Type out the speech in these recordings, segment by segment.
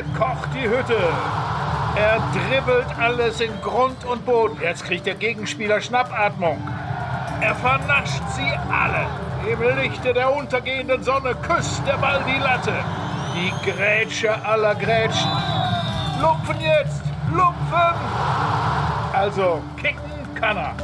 Hier kocht die Hütte. Er dribbelt alles in Grund und Boden. Jetzt kriegt der Gegenspieler Schnappatmung. Er vernascht sie alle. Im Lichte der untergehenden Sonne küsst der Ball die Latte. Die Grätsche aller Grätschen. Lupfen jetzt! Lupfen! Also, kicken kann er.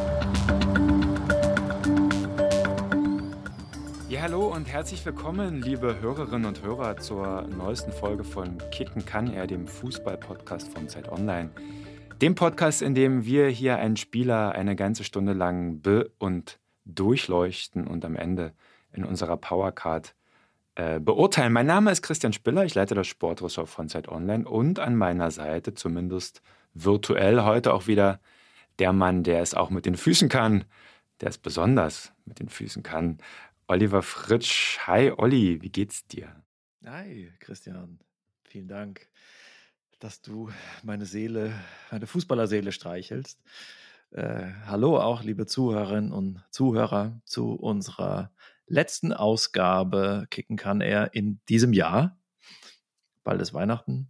Ja, hallo und herzlich willkommen, liebe Hörerinnen und Hörer, zur neuesten Folge von Kicken kann er, dem Fußball-Podcast von Zeit Online. Dem Podcast, in dem wir hier einen Spieler eine ganze Stunde lang und durchleuchten und am Ende in unserer Powercard beurteilen. Mein Name ist Christian Spiller, ich leite das Sportressort von Zeit Online und an meiner Seite, zumindest virtuell, heute auch wieder der Mann, der es auch mit den Füßen kann, der es besonders mit den Füßen kann. Oliver Fritsch. Hi Olli, wie geht's dir? Hi Christian, vielen Dank, dass du meine Fußballerseele streichelst. Hallo auch, liebe Zuhörerinnen und Zuhörer, zu unserer letzten Ausgabe Kicken kann er in diesem Jahr. Bald ist Weihnachten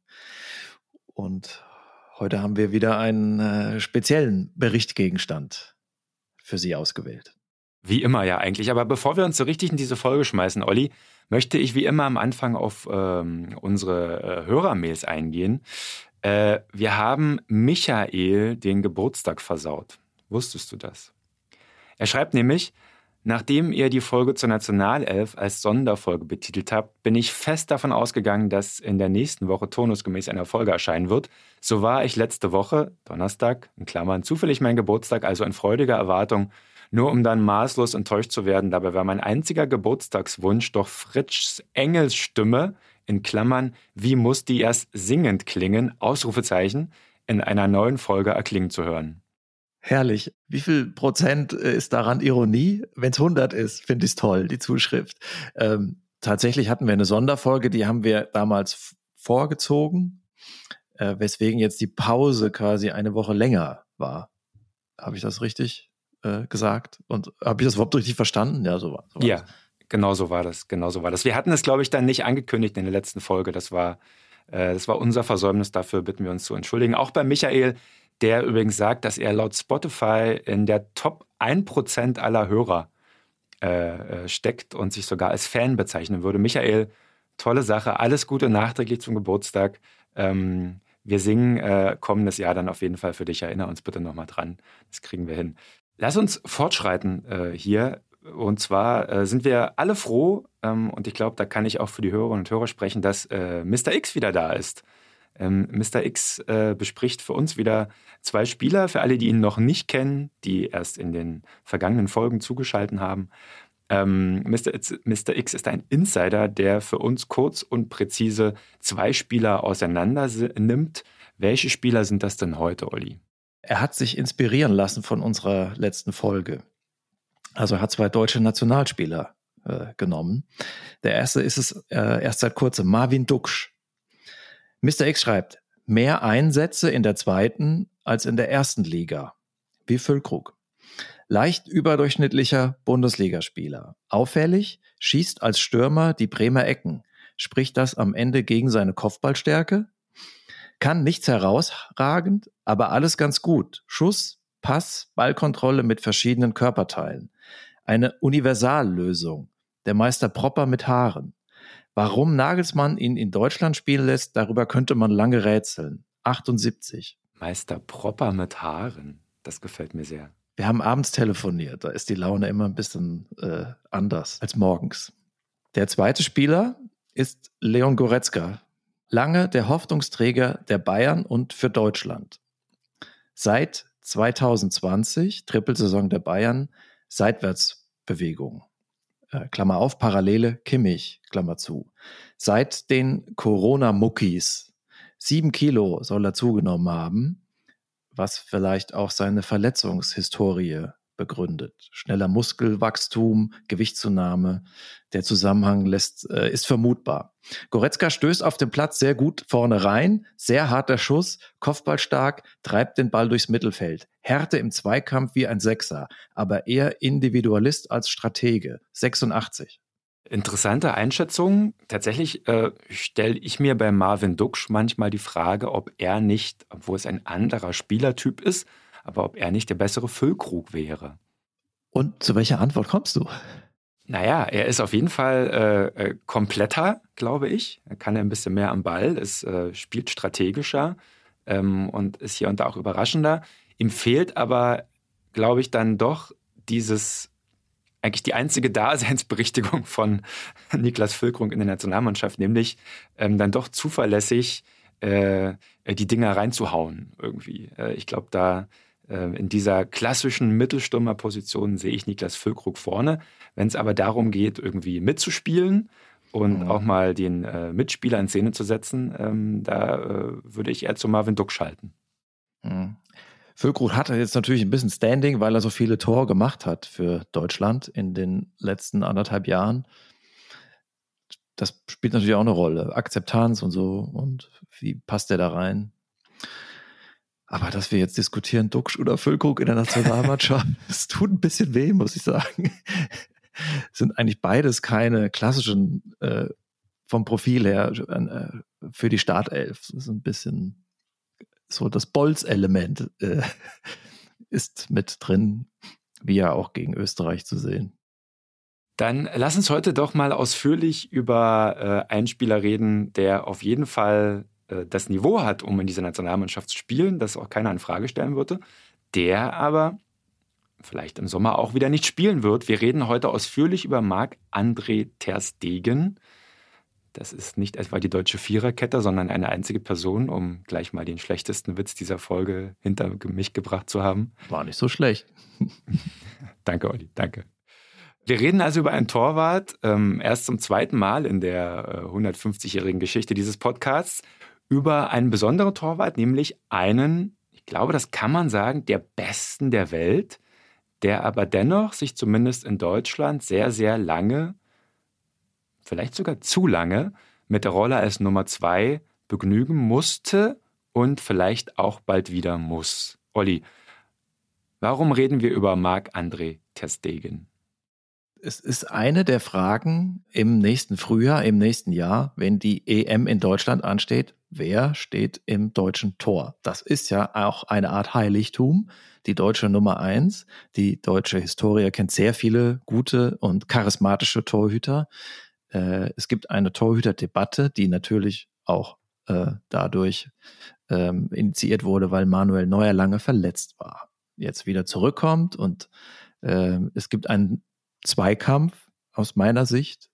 und heute haben wir wieder einen speziellen Berichtgegenstand für Sie ausgewählt. Wie immer ja eigentlich, aber bevor wir uns so richtig in diese Folge schmeißen, Olli, möchte ich wie immer am Anfang auf unsere Hörermails eingehen. Wir haben Michael den Geburtstag versaut. Wusstest du das? Er schreibt nämlich: Nachdem ihr die Folge zur Nationalelf als Sonderfolge betitelt habt, bin ich fest davon ausgegangen, dass in der nächsten Woche turnusgemäß eine Folge erscheinen wird. So war ich letzte Woche, Donnerstag, in Klammern, zufällig mein Geburtstag, also in freudiger Erwartung, nur um dann maßlos enttäuscht zu werden. Dabei war mein einziger Geburtstagswunsch doch Fritschs Engelsstimme, in Klammern, wie muss die erst singend klingen, Ausrufezeichen, in einer neuen Folge erklingen zu hören. Herrlich. Wie viel Prozent ist daran Ironie? Wenn es 100 ist, finde ich es toll, die Zuschrift. Tatsächlich hatten wir eine Sonderfolge, die haben wir damals vorgezogen, weswegen jetzt die Pause quasi eine Woche länger war. Habe ich das richtig gesagt? Und habe ich das überhaupt richtig verstanden? Ja, so war ja, das. Genau so war das. Wir hatten es, glaube ich, dann nicht angekündigt in der letzten Folge. Das war unser Versäumnis. Dafür bitten wir uns zu entschuldigen. Auch bei Michael, der übrigens sagt, dass er laut Spotify in der Top 1% aller Hörer steckt und sich sogar als Fan bezeichnen würde. Michael, tolle Sache. Alles Gute nachträglich zum Geburtstag. Wir singen kommendes Jahr dann auf jeden Fall für dich. Erinnere uns bitte nochmal dran. Das kriegen wir hin. Lass uns fortschreiten hier. Und zwar sind wir alle froh, und ich glaube, da kann ich auch für die Hörerinnen und Hörer sprechen, dass Mr. X wieder da ist. Mr. X bespricht für uns wieder zwei Spieler, für alle, die ihn noch nicht kennen, die erst in den vergangenen Folgen zugeschaltet haben. Mr. X ist ein Insider, der für uns kurz und präzise zwei Spieler auseinander nimmt. Welche Spieler sind das denn heute, Olli? Er hat sich inspirieren lassen von unserer letzten Folge. Also er hat zwei deutsche Nationalspieler genommen. Der erste ist es erst seit kurzem, Marvin Duksch. Mr. X schreibt, mehr Einsätze in der zweiten als in der ersten Liga. Wie Füllkrug. Leicht überdurchschnittlicher Bundesligaspieler. Auffällig, schießt als Stürmer die Bremer Ecken. Spricht das am Ende gegen seine Kopfballstärke? Kann nichts herausragend, aber alles ganz gut. Schuss, Pass, Ballkontrolle mit verschiedenen Körperteilen. Eine Universallösung. Der Meister Propper mit Haaren. Warum Nagelsmann ihn in Deutschland spielen lässt, darüber könnte man lange rätseln. 78. Meister Propper mit Haaren. Das gefällt mir sehr. Wir haben abends telefoniert. Da ist die Laune immer ein bisschen anders als morgens. Der zweite Spieler ist Leon Goretzka. Lange der Hoffnungsträger der Bayern und für Deutschland. Seit 2020, Trippelsaison der Bayern, Seitwärtsbewegung. Klammer auf, Parallele Kimmich, Klammer zu. Seit den Corona-Muckis, 7 Kilo soll er zugenommen haben, was vielleicht auch seine Verletzungshistorie begründet. Schneller Muskelwachstum, Gewichtszunahme, der Zusammenhang ist vermutbar. Goretzka stößt auf dem Platz sehr gut vorne rein, sehr harter Schuss, Kopfballstark, treibt den Ball durchs Mittelfeld. Härte im Zweikampf wie ein Sechser, aber eher Individualist als Stratege. 86. Interessante Einschätzung. Tatsächlich stelle ich mir bei Marvin Duksch manchmal die Frage, ob er nicht, obwohl es ein anderer Spielertyp ist, aber ob er nicht der bessere Füllkrug wäre. Und zu welcher Antwort kommst du? Naja, er ist auf jeden Fall kompletter, glaube ich. Er kann ein bisschen mehr am Ball, spielt strategischer und ist hier und da auch überraschender. Ihm fehlt aber, glaube ich, dann doch eigentlich die einzige Daseinsberechtigung von Niklas Füllkrug in der Nationalmannschaft, nämlich dann doch zuverlässig die Dinger reinzuhauen irgendwie. Ich glaube, da in dieser klassischen Mittelstürmerposition sehe ich Niklas Füllkrug vorne. Wenn es aber darum geht, irgendwie mitzuspielen und auch mal den Mitspieler in Szene zu setzen, da würde ich eher zu Marvin Duksch schalten. Füllkrug hatte jetzt natürlich ein bisschen Standing, weil er so viele Tore gemacht hat für Deutschland in den letzten 1,5 Jahren. Das spielt natürlich auch eine Rolle. Akzeptanz und so. Und wie passt der da rein? Aber dass wir jetzt diskutieren, Duksch oder Füllkrug in der Nationalmannschaft, das tut ein bisschen weh, muss ich sagen. Sind eigentlich beides keine klassischen, vom Profil her, für die Startelf. Das ist ein bisschen so das Bolz-Element ist mit drin, wie ja auch gegen Österreich zu sehen. Dann lass uns heute doch mal ausführlich über einen Spieler reden, der auf jeden Fall das Niveau hat, um in dieser Nationalmannschaft zu spielen, das auch keiner in Frage stellen würde, der aber vielleicht im Sommer auch wieder nicht spielen wird. Wir reden heute ausführlich über Marc-André ter Stegen. Das ist nicht etwa die deutsche Viererkette, sondern eine einzige Person, um gleich mal den schlechtesten Witz dieser Folge hinter mich gebracht zu haben. War nicht so schlecht. Danke, Olli, danke. Wir reden also über einen Torwart, erst zum zweiten Mal in der 150-jährigen Geschichte dieses Podcasts, über einen besonderen Torwart, nämlich einen, ich glaube, das kann man sagen, der Besten der Welt, der aber dennoch sich zumindest in Deutschland sehr, sehr lange, vielleicht sogar zu lange, mit der Rolle als Nummer 2 begnügen musste und vielleicht auch bald wieder muss. Olli, warum reden wir über Marc-André ter Stegen? Es ist eine der Fragen im nächsten Frühjahr, im nächsten Jahr, wenn die EM in Deutschland ansteht, wer steht im deutschen Tor? Das ist ja auch eine Art Heiligtum, die deutsche Nummer 1. Die deutsche Historie kennt sehr viele gute und charismatische Torhüter. Es gibt eine Torhüterdebatte, die natürlich auch dadurch initiiert wurde, weil Manuel Neuer lange verletzt war. Jetzt wieder zurückkommt und es gibt einen Zweikampf aus meiner Sicht,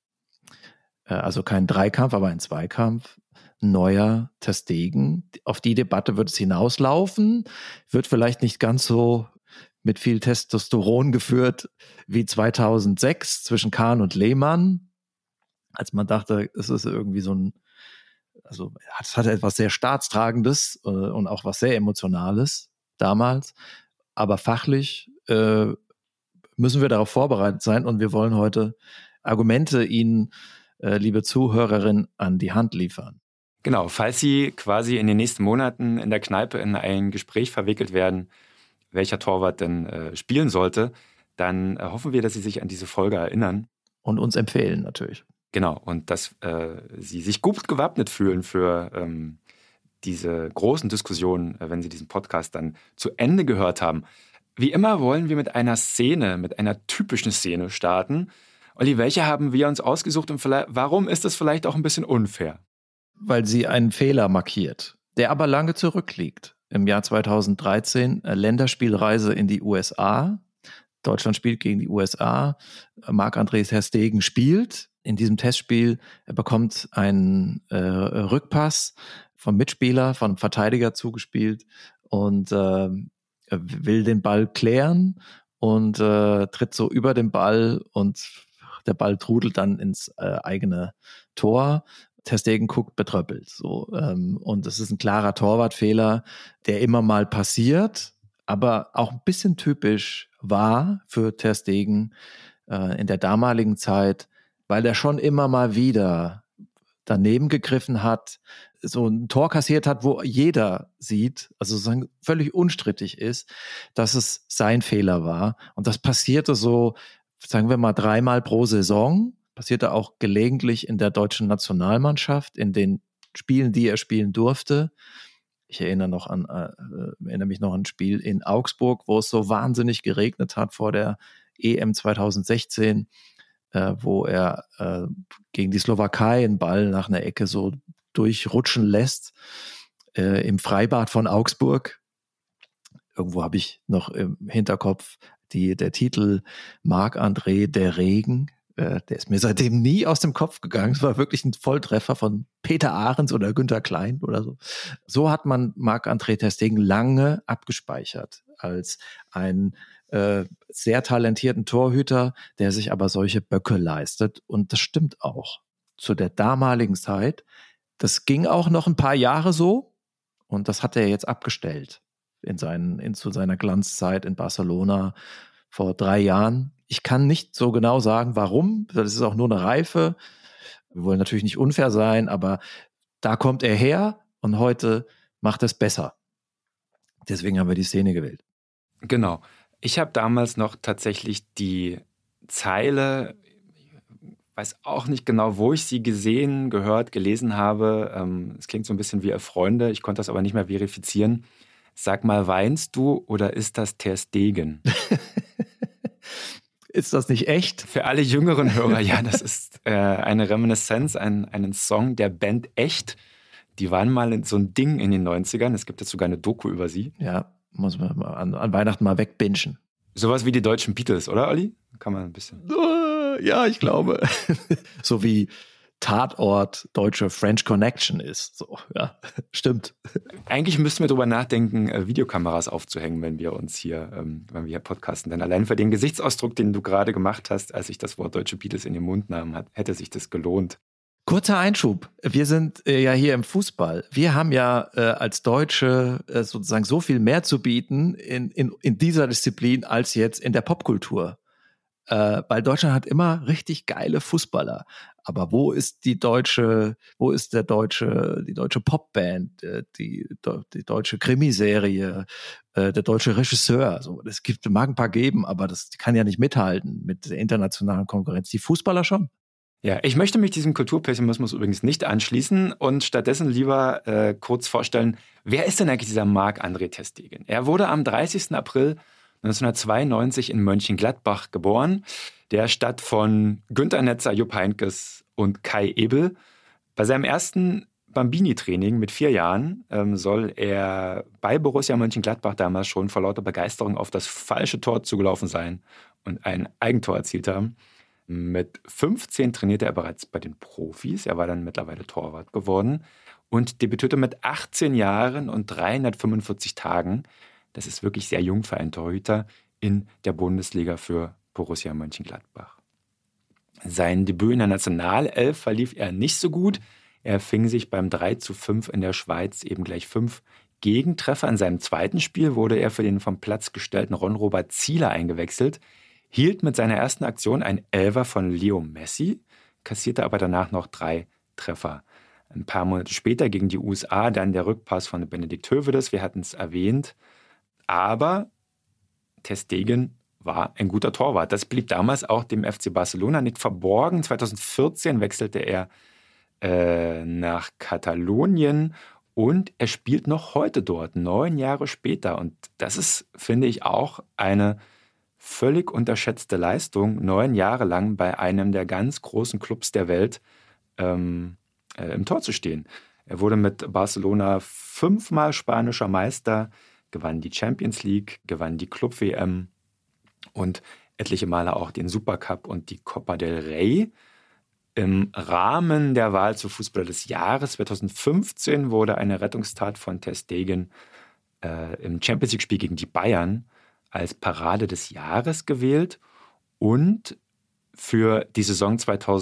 also kein Dreikampf, aber ein Zweikampf, Neuer, ter Stegen. Auf die Debatte wird es hinauslaufen, wird vielleicht nicht ganz so mit viel Testosteron geführt wie 2006 zwischen Kahn und Lehmann, als man dachte, es ist irgendwie so ein, also es hatte etwas sehr Staatstragendes und auch was sehr Emotionales damals, aber fachlich müssen wir darauf vorbereitet sein und wir wollen heute Argumente Ihnen, liebe Zuhörerin, an die Hand liefern. Genau, falls Sie quasi in den nächsten Monaten in der Kneipe in ein Gespräch verwickelt werden, welcher Torwart denn spielen sollte, dann hoffen wir, dass Sie sich an diese Folge erinnern. Und uns empfehlen natürlich. Genau, und dass Sie sich gut gewappnet fühlen für diese großen Diskussionen, wenn Sie diesen Podcast dann zu Ende gehört haben. Wie immer wollen wir mit einer Szene, mit einer typischen Szene starten. Olli, welche haben wir uns ausgesucht und warum ist das vielleicht auch ein bisschen unfair? Weil sie einen Fehler markiert, der aber lange zurückliegt. Im Jahr 2013 Länderspielreise in die USA. Deutschland spielt gegen die USA. Marc-André ter Stegen spielt. In diesem Testspiel er bekommt einen Rückpass vom Mitspieler, vom Verteidiger zugespielt und will den Ball klären und tritt so über den Ball und der Ball trudelt dann ins eigene Tor. Ter Stegen guckt betröppelt. So, und es ist ein klarer Torwartfehler, der immer mal passiert, aber auch ein bisschen typisch war für Ter Stegen in der damaligen Zeit, weil er schon immer mal wieder daneben gegriffen hat, so ein Tor kassiert hat, wo jeder sieht, also sozusagen völlig unstrittig ist, dass es sein Fehler war. Und das passierte so, sagen wir mal, 3-mal pro Saison, Passierte auch gelegentlich in der deutschen Nationalmannschaft, in den Spielen, die er spielen durfte. Ich erinnere mich noch an ein Spiel in Augsburg, wo es so wahnsinnig geregnet hat vor der EM 2016, wo er gegen die Slowakei einen Ball nach einer Ecke so durchrutschen lässt im Freibad von Augsburg. Irgendwo habe ich noch im Hinterkopf der Titel Marc-André der Regen. Der ist mir seitdem nie aus dem Kopf gegangen. Es war wirklich ein Volltreffer von Peter Ahrens oder Günter Klein oder so. So hat man Marc-André ter Stegen lange abgespeichert als einen sehr talentierten Torhüter, der sich aber solche Böcke leistet. Und das stimmt auch. Zu der damaligen Zeit, das ging auch noch ein paar Jahre so und das hat er jetzt abgestellt zu seiner Glanzzeit in Barcelona vor 3 Jahren. Ich kann nicht so genau sagen, warum. Das ist auch nur eine Reife. Wir wollen natürlich nicht unfair sein, aber da kommt er her und heute macht es besser. Deswegen haben wir die Szene gewählt. Genau. Ich habe damals noch tatsächlich die Zeile, ich weiß auch nicht genau, wo ich sie gesehen, gehört, gelesen habe. Es klingt so ein bisschen wie Freunde, ich konnte das aber nicht mehr verifizieren. Sag mal, weinst du oder ist das Ter Stegen? Ist das nicht echt? Für alle jüngeren Hörer, ja, das ist eine Reminiszenz, einen Song der Band Echt. Die waren mal so ein Ding in den 90ern. Es gibt jetzt sogar eine Doku über sie. Ja, muss man an Weihnachten mal wegbingen. Sowas wie die deutschen Beatles, oder, Olli? Kann man ein bisschen. Ja, ich glaube. So wie Tatort deutsche French Connection ist. So, ja, stimmt. Eigentlich müssten wir darüber nachdenken, Videokameras aufzuhängen, wenn wir hier podcasten. Denn allein für den Gesichtsausdruck, den du gerade gemacht hast, als ich das Wort deutsche Beatles in den Mund nahm, hätte sich das gelohnt. Kurzer Einschub. Wir sind ja hier im Fußball. Wir haben ja als Deutsche sozusagen so viel mehr zu bieten in dieser Disziplin als jetzt in der Popkultur. Weil Deutschland hat immer richtig geile Fußballer. Aber wo ist die deutsche Popband, die deutsche Krimiserie, der deutsche Regisseur? So, mag ein paar geben, aber das kann ja nicht mithalten mit der internationalen Konkurrenz. Die Fußballer schon. Ja, ich möchte mich diesem Kulturpessimismus übrigens nicht anschließen und stattdessen lieber kurz vorstellen, wer ist denn eigentlich dieser Marc-André ter Stegen? Er wurde am 30. April 1992 in Mönchengladbach geboren, der Stadt von Günter Netzer, Jupp Heynckes und Kai Ebel. Bei seinem ersten Bambini-Training mit 4 Jahren soll er bei Borussia Mönchengladbach damals schon vor lauter Begeisterung auf das falsche Tor zugelaufen sein und ein Eigentor erzielt haben. Mit 15 trainierte er bereits bei den Profis. Er war dann mittlerweile Torwart geworden und debütierte mit 18 Jahren und 345 Tagen. Das ist wirklich sehr jung für einen Torhüter in der Bundesliga für Borussia Mönchengladbach. Sein Debüt in der Nationalelf verlief er nicht so gut. Er fing sich beim 3:5 in der Schweiz eben gleich 5 Gegentreffer. In seinem zweiten Spiel wurde er für den vom Platz gestellten Ron-Robert Zieler eingewechselt, hielt mit seiner ersten Aktion ein Elfer von Leo Messi, kassierte aber danach noch 3 Treffer. Ein paar Monate später gegen die USA dann der Rückpass von Benedikt Hövedes, wir hatten es erwähnt. Aber ter Stegen war ein guter Torwart. Das blieb damals auch dem FC Barcelona nicht verborgen. 2014 wechselte er nach Katalonien und er spielt noch heute dort, 9 Jahre später. Und das ist, finde ich, auch eine völlig unterschätzte Leistung, 9 Jahre lang bei einem der ganz großen Clubs der Welt im Tor zu stehen. Er wurde mit Barcelona 5-mal spanischer Meister, gewann die Champions League, gewann die Club-WM und etliche Male auch den Supercup und die Copa del Rey. Im Rahmen der Wahl zu Fußballer des Jahres 2015 wurde eine Rettungstat von ter Stegen im Champions League-Spiel gegen die Bayern als Parade des Jahres gewählt und für die Saison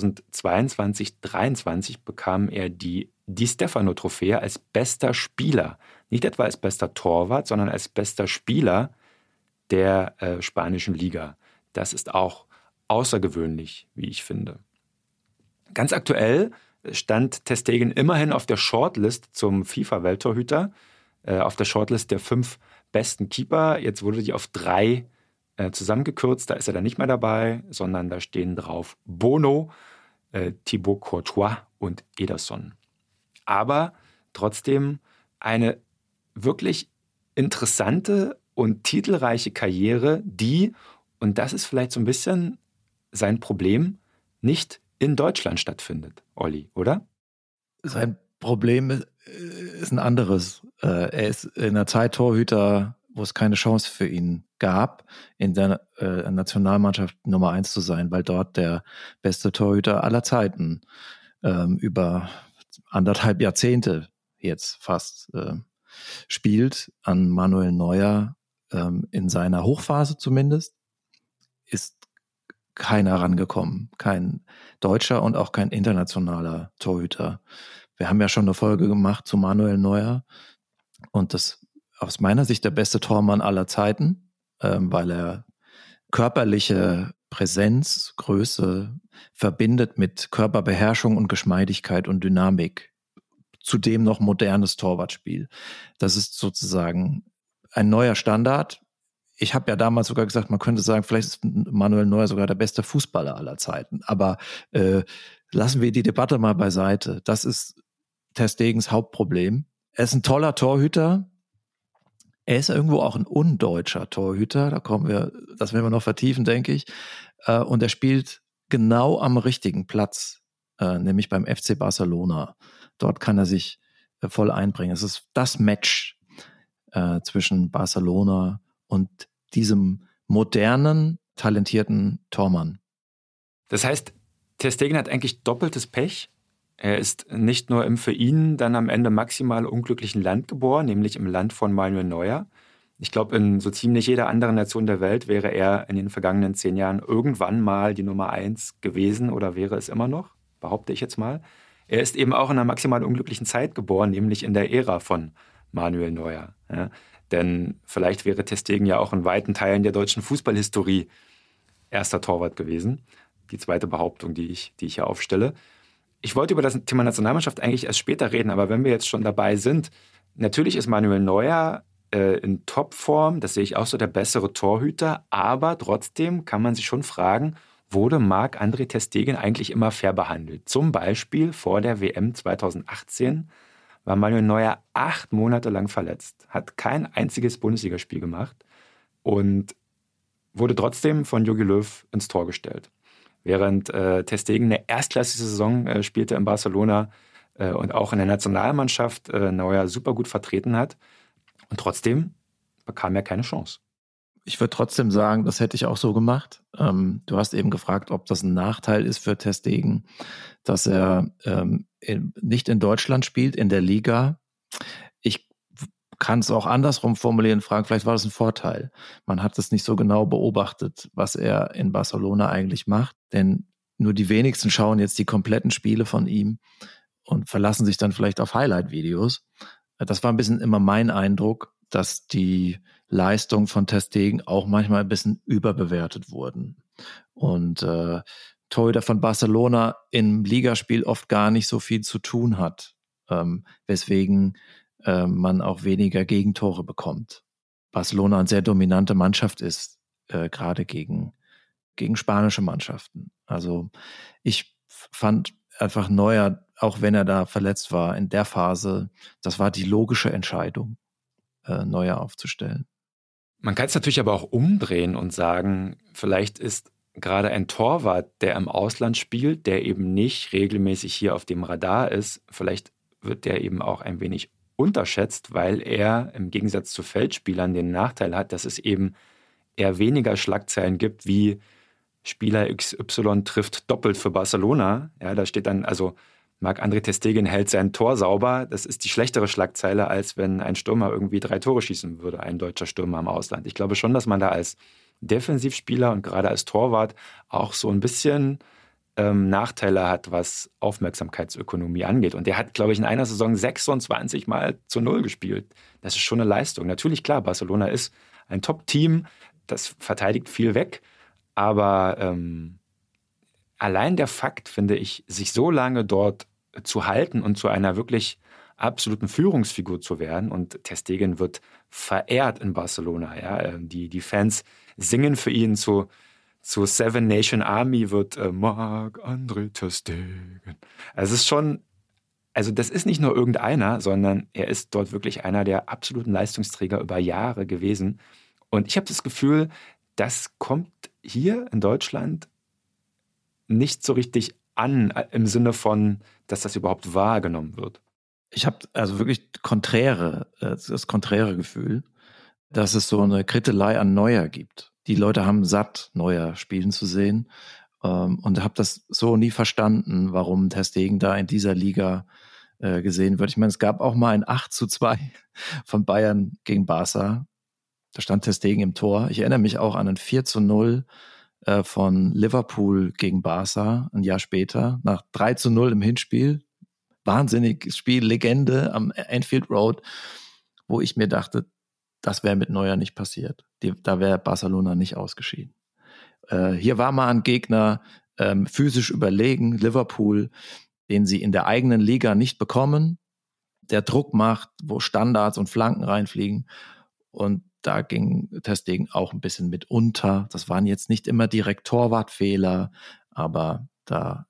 2022-23 bekam er die Di Stefano-Trophäe als bester Spieler. Nicht etwa als bester Torwart, sondern als bester Spieler der spanischen Liga. Das ist auch außergewöhnlich, wie ich finde. Ganz aktuell stand ter Stegen immerhin auf der Shortlist zum FIFA-Welttorhüter, auf der Shortlist der 5 besten Keeper. Jetzt wurde die auf 3 zusammengekürzt, da ist er dann nicht mehr dabei, sondern da stehen drauf Bono, Thibaut Courtois und Ederson. Aber trotzdem eine wirklich interessante und titelreiche Karriere, die, und das ist vielleicht so ein bisschen sein Problem, nicht in Deutschland stattfindet, Olli, oder? Sein Problem ist ein anderes. Er ist in einer Zeit Torhüter, wo es keine Chance für ihn gab, in der Nationalmannschaft Nummer 1 zu sein, weil dort der beste Torhüter aller Zeiten über 1,5 Jahrzehnte jetzt fast spielt, an Manuel Neuer in seiner Hochphase zumindest, ist keiner rangekommen. Kein deutscher und auch kein internationaler Torhüter. Wir haben ja schon eine Folge gemacht zu Manuel Neuer und das aus meiner Sicht der beste Tormann aller Zeiten, weil er körperliche Präsenz, Größe verbindet mit Körperbeherrschung und Geschmeidigkeit und Dynamik. Zudem noch modernes Torwartspiel. Das ist sozusagen ein neuer Standard. Ich habe ja damals sogar gesagt, man könnte sagen, vielleicht ist Manuel Neuer sogar der beste Fußballer aller Zeiten. Aber lassen wir die Debatte mal beiseite. Das ist Ter Stegens Hauptproblem. Er ist ein toller Torhüter. Er ist irgendwo auch ein undeutscher Torhüter. Das werden wir noch vertiefen, denke ich. Und er spielt genau am richtigen Platz, nämlich beim FC Barcelona. Dort kann er sich voll einbringen. Es ist das Match zwischen Barcelona und diesem modernen, talentierten Tormann. Das heißt, Ter Stegen hat eigentlich doppeltes Pech. Er ist nicht nur im für ihn dann am Ende maximal unglücklichen Land geboren, nämlich im Land von Manuel Neuer. Ich glaube, in so ziemlich jeder anderen Nation der Welt wäre er in den vergangenen 10 Jahren irgendwann mal die Nummer 1 gewesen oder wäre es immer noch, behaupte ich jetzt mal. Er ist eben auch in einer maximal unglücklichen Zeit geboren, nämlich in der Ära von Manuel Neuer. Ja, denn vielleicht wäre Ter Stegen ja auch in weiten Teilen der deutschen Fußballhistorie erster Torwart gewesen. Die zweite Behauptung, die ich hier aufstelle. Ich wollte über das Thema Nationalmannschaft eigentlich erst später reden, aber wenn wir jetzt schon dabei sind, natürlich ist Manuel Neuer in Topform, das sehe ich auch so, der bessere Torhüter, aber trotzdem kann man sich schon fragen, wurde Marc-André Ter Stegen eigentlich immer fair behandelt? Zum Beispiel vor der WM 2018 war Manuel Neuer 8 Monate lang verletzt, hat kein einziges Bundesligaspiel gemacht und wurde trotzdem von Jogi Löw ins Tor gestellt. Während Ter Stegen eine erstklassige Saison spielte in Barcelona und auch in der Nationalmannschaft Neuer super gut vertreten hat. Und trotzdem bekam er keine Chance. Ich würde trotzdem sagen, das hätte ich auch so gemacht. Du hast eben gefragt, ob das ein Nachteil ist für Ter Stegen, dass er nicht in Deutschland spielt, in der Liga. Ich kann es auch andersrum formulieren, fragen, vielleicht war das ein Vorteil. Man hat es nicht so genau beobachtet, was er in Barcelona eigentlich macht, denn nur die wenigsten schauen jetzt die kompletten Spiele von ihm und verlassen sich dann vielleicht auf Highlight-Videos. Das war ein bisschen immer mein Eindruck, dass die Leistung von Ter Stegen auch manchmal ein bisschen überbewertet wurden. Und Torhüter von Barcelona im Ligaspiel oft gar nicht so viel zu tun hat, weswegen man auch weniger Gegentore bekommt. Barcelona eine sehr dominante Mannschaft ist, gerade gegen spanische Mannschaften. Also ich fand einfach Neuer, auch wenn er da verletzt war, in der Phase, das war die logische Entscheidung, Neuer aufzustellen. Man kann es natürlich aber auch umdrehen und sagen, vielleicht ist gerade ein Torwart, der im Ausland spielt, der eben nicht regelmäßig hier auf dem Radar ist, vielleicht wird der eben auch ein wenig unterschätzt, weil er im Gegensatz zu Feldspielern den Nachteil hat, dass es eben eher weniger Schlagzeilen gibt, wie Spieler XY trifft doppelt für Barcelona. Ja, da steht dann, also Marc-André Ter Stegen hält sein Tor sauber. Das ist die schlechtere Schlagzeile, als wenn ein Stürmer irgendwie 3 Tore schießen würde, ein deutscher Stürmer im Ausland. Ich glaube schon, dass man da als Defensivspieler und gerade als Torwart auch so ein bisschen Nachteile hat, was Aufmerksamkeitsökonomie angeht. Und der hat, glaube ich, in einer Saison 26 Mal zu 0 gespielt. Das ist schon eine Leistung. Natürlich, klar, Barcelona ist ein Top-Team, das verteidigt viel weg. Aber allein der Fakt, finde ich, sich so lange dort zu halten und zu einer wirklich absoluten Führungsfigur zu werden, und Ter Stegen wird verehrt in Barcelona. Ja? Die Fans singen für ihn zu zu Seven Nation Army wird Marc-André ter Stegen. Also es ist schon, also das ist nicht nur irgendeiner, sondern er ist dort wirklich einer der absoluten Leistungsträger über Jahre gewesen. Und ich habe das Gefühl, das kommt hier in Deutschland nicht so richtig an, im Sinne von, dass das überhaupt wahrgenommen wird. Ich habe also wirklich das konträre Gefühl, dass es so eine Krittelei an Neuer gibt. Die Leute haben satt, Neuer spielen zu sehen, und habe das so nie verstanden, warum ter Stegen da in dieser Liga gesehen wird. Ich meine, es gab auch mal ein 8:2 von Bayern gegen Barca. Da stand ter Stegen im Tor. Ich erinnere mich auch an ein 4:0 von Liverpool gegen Barca ein Jahr später, nach 3:0 im Hinspiel. Wahnsinniges Spiel, Legende am Anfield Road, wo ich mir dachte, das wäre mit Neuer nicht passiert. Da wäre Barcelona nicht ausgeschieden. Hier war mal ein Gegner physisch überlegen, Liverpool, den sie in der eigenen Liga nicht bekommen, der Druck macht, wo Standards und Flanken reinfliegen. Und da ging ter Stegen auch ein bisschen mit unter. Das waren jetzt nicht immer direkt Torwartfehler, aber da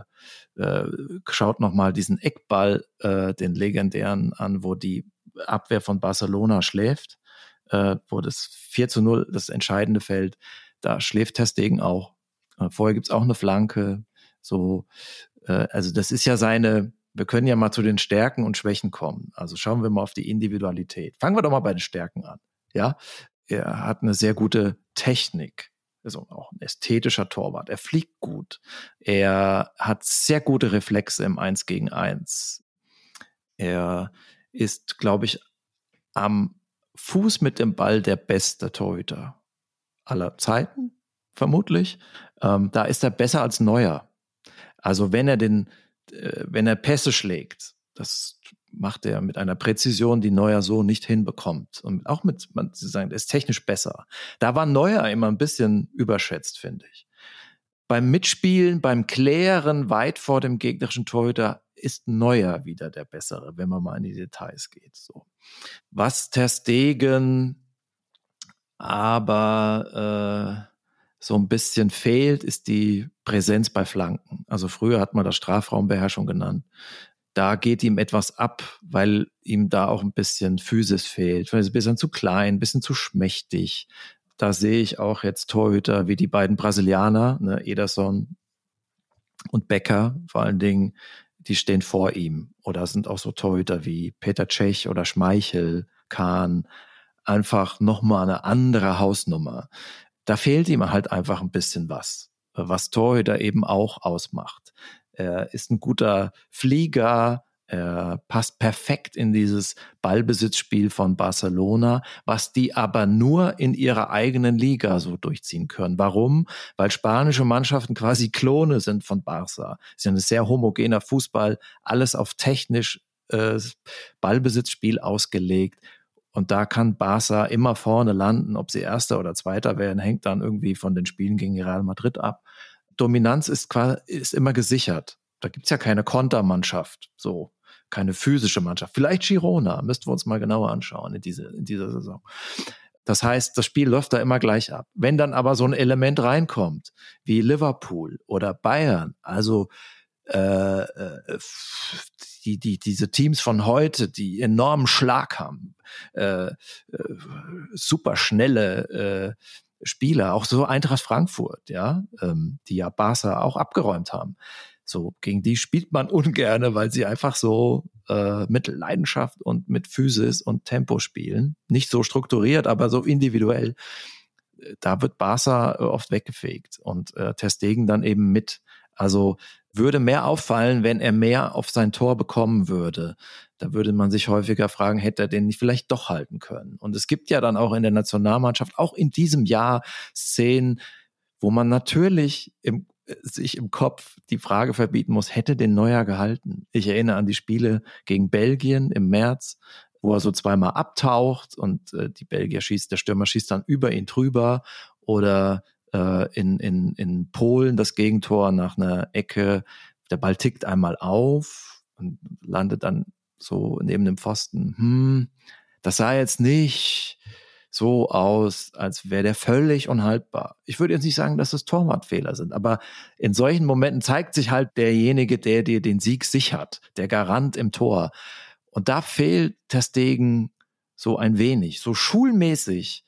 schaut nochmal diesen Eckball, den legendären an, wo die Abwehr von Barcelona schläft, wo das 4:0 das entscheidende fällt. Da schläft ter Stegen auch. Vorher gibt's auch eine Flanke. So, also das ist ja wir können ja mal zu den Stärken und Schwächen kommen. Also schauen wir mal auf die Individualität. Fangen wir doch mal bei den Stärken an. Ja, er hat eine sehr gute Technik. Also auch ein ästhetischer Torwart. Er fliegt gut. Er hat sehr gute Reflexe im 1-gegen-1. Er ist, glaube ich, am Fuß mit dem Ball der beste Torhüter aller Zeiten, vermutlich. Da ist er besser als Neuer. Also wenn er Pässe schlägt, das macht er mit einer Präzision, die Neuer so nicht hinbekommt. Und auch Sie sagen, er ist technisch besser. Da war Neuer immer ein bisschen überschätzt, finde ich. Beim Mitspielen, beim Klären weit vor dem gegnerischen Torhüter ist Neuer wieder der Bessere, wenn man mal in die Details geht. So. Was ter Stegen aber so ein bisschen fehlt, ist die Präsenz bei Flanken. Also früher hat man das Strafraumbeherrschung genannt. Da geht ihm etwas ab, weil ihm da auch ein bisschen Physis fehlt. Weil er ist ein bisschen zu klein, ein bisschen zu schmächtig. Da sehe ich auch jetzt Torhüter wie die beiden Brasilianer, ne, Ederson und Becker vor allen Dingen, die stehen vor ihm. Oder sind auch so Torhüter wie Peter Cech oder Schmeichel, Kahn. Einfach nochmal eine andere Hausnummer. Da fehlt ihm halt einfach ein bisschen was Torhüter eben auch ausmacht. Er ist ein guter Flieger, er passt perfekt in dieses Ballbesitzspiel von Barcelona, was die aber nur in ihrer eigenen Liga so durchziehen können. Warum? Weil spanische Mannschaften quasi Klone sind von Barca. Es ist ein sehr homogener Fußball, alles auf technisch Ballbesitzspiel ausgelegt. Und da kann Barca immer vorne landen. Ob sie Erster oder Zweiter werden, hängt dann irgendwie von den Spielen gegen Real Madrid ab. Dominanz ist immer gesichert. Da gibt's ja keine Kontermannschaft, so keine physische Mannschaft. Vielleicht Girona, müssten wir uns mal genauer anschauen in dieser Saison. Das heißt, das Spiel läuft da immer gleich ab. Wenn dann aber so ein Element reinkommt, wie Liverpool oder Bayern, also diese Teams von heute, die enormen Schlag haben, super schnelle Spieler, auch so Eintracht Frankfurt, ja, die ja Barca auch abgeräumt haben. So, gegen die spielt man ungerne, weil sie einfach so mit Leidenschaft und mit Physis und Tempo spielen. Nicht so strukturiert, aber so individuell. Da wird Barca oft weggefegt und ter Stegen dann eben mit. Also würde mehr auffallen, wenn er mehr auf sein Tor bekommen würde. Da würde man sich häufiger fragen, hätte er den nicht vielleicht doch halten können? Und es gibt ja dann auch in der Nationalmannschaft, auch in diesem Jahr, Szenen, wo man natürlich sich im Kopf die Frage verbieten muss, hätte den Neuer gehalten? Ich erinnere an die Spiele gegen Belgien im März, wo er so zweimal abtaucht und der Stürmer schießt dann über ihn drüber, oder in Polen das Gegentor nach einer Ecke, der Ball tickt einmal auf und landet dann so neben dem Pfosten. Das sah jetzt nicht so aus, als wäre der völlig unhaltbar. Ich würde jetzt nicht sagen, dass es Torwartfehler sind, aber in solchen Momenten zeigt sich halt derjenige, der dir den Sieg sichert, der Garant im Tor. Und da fehlt Ter Stegen so ein wenig, so schulmäßig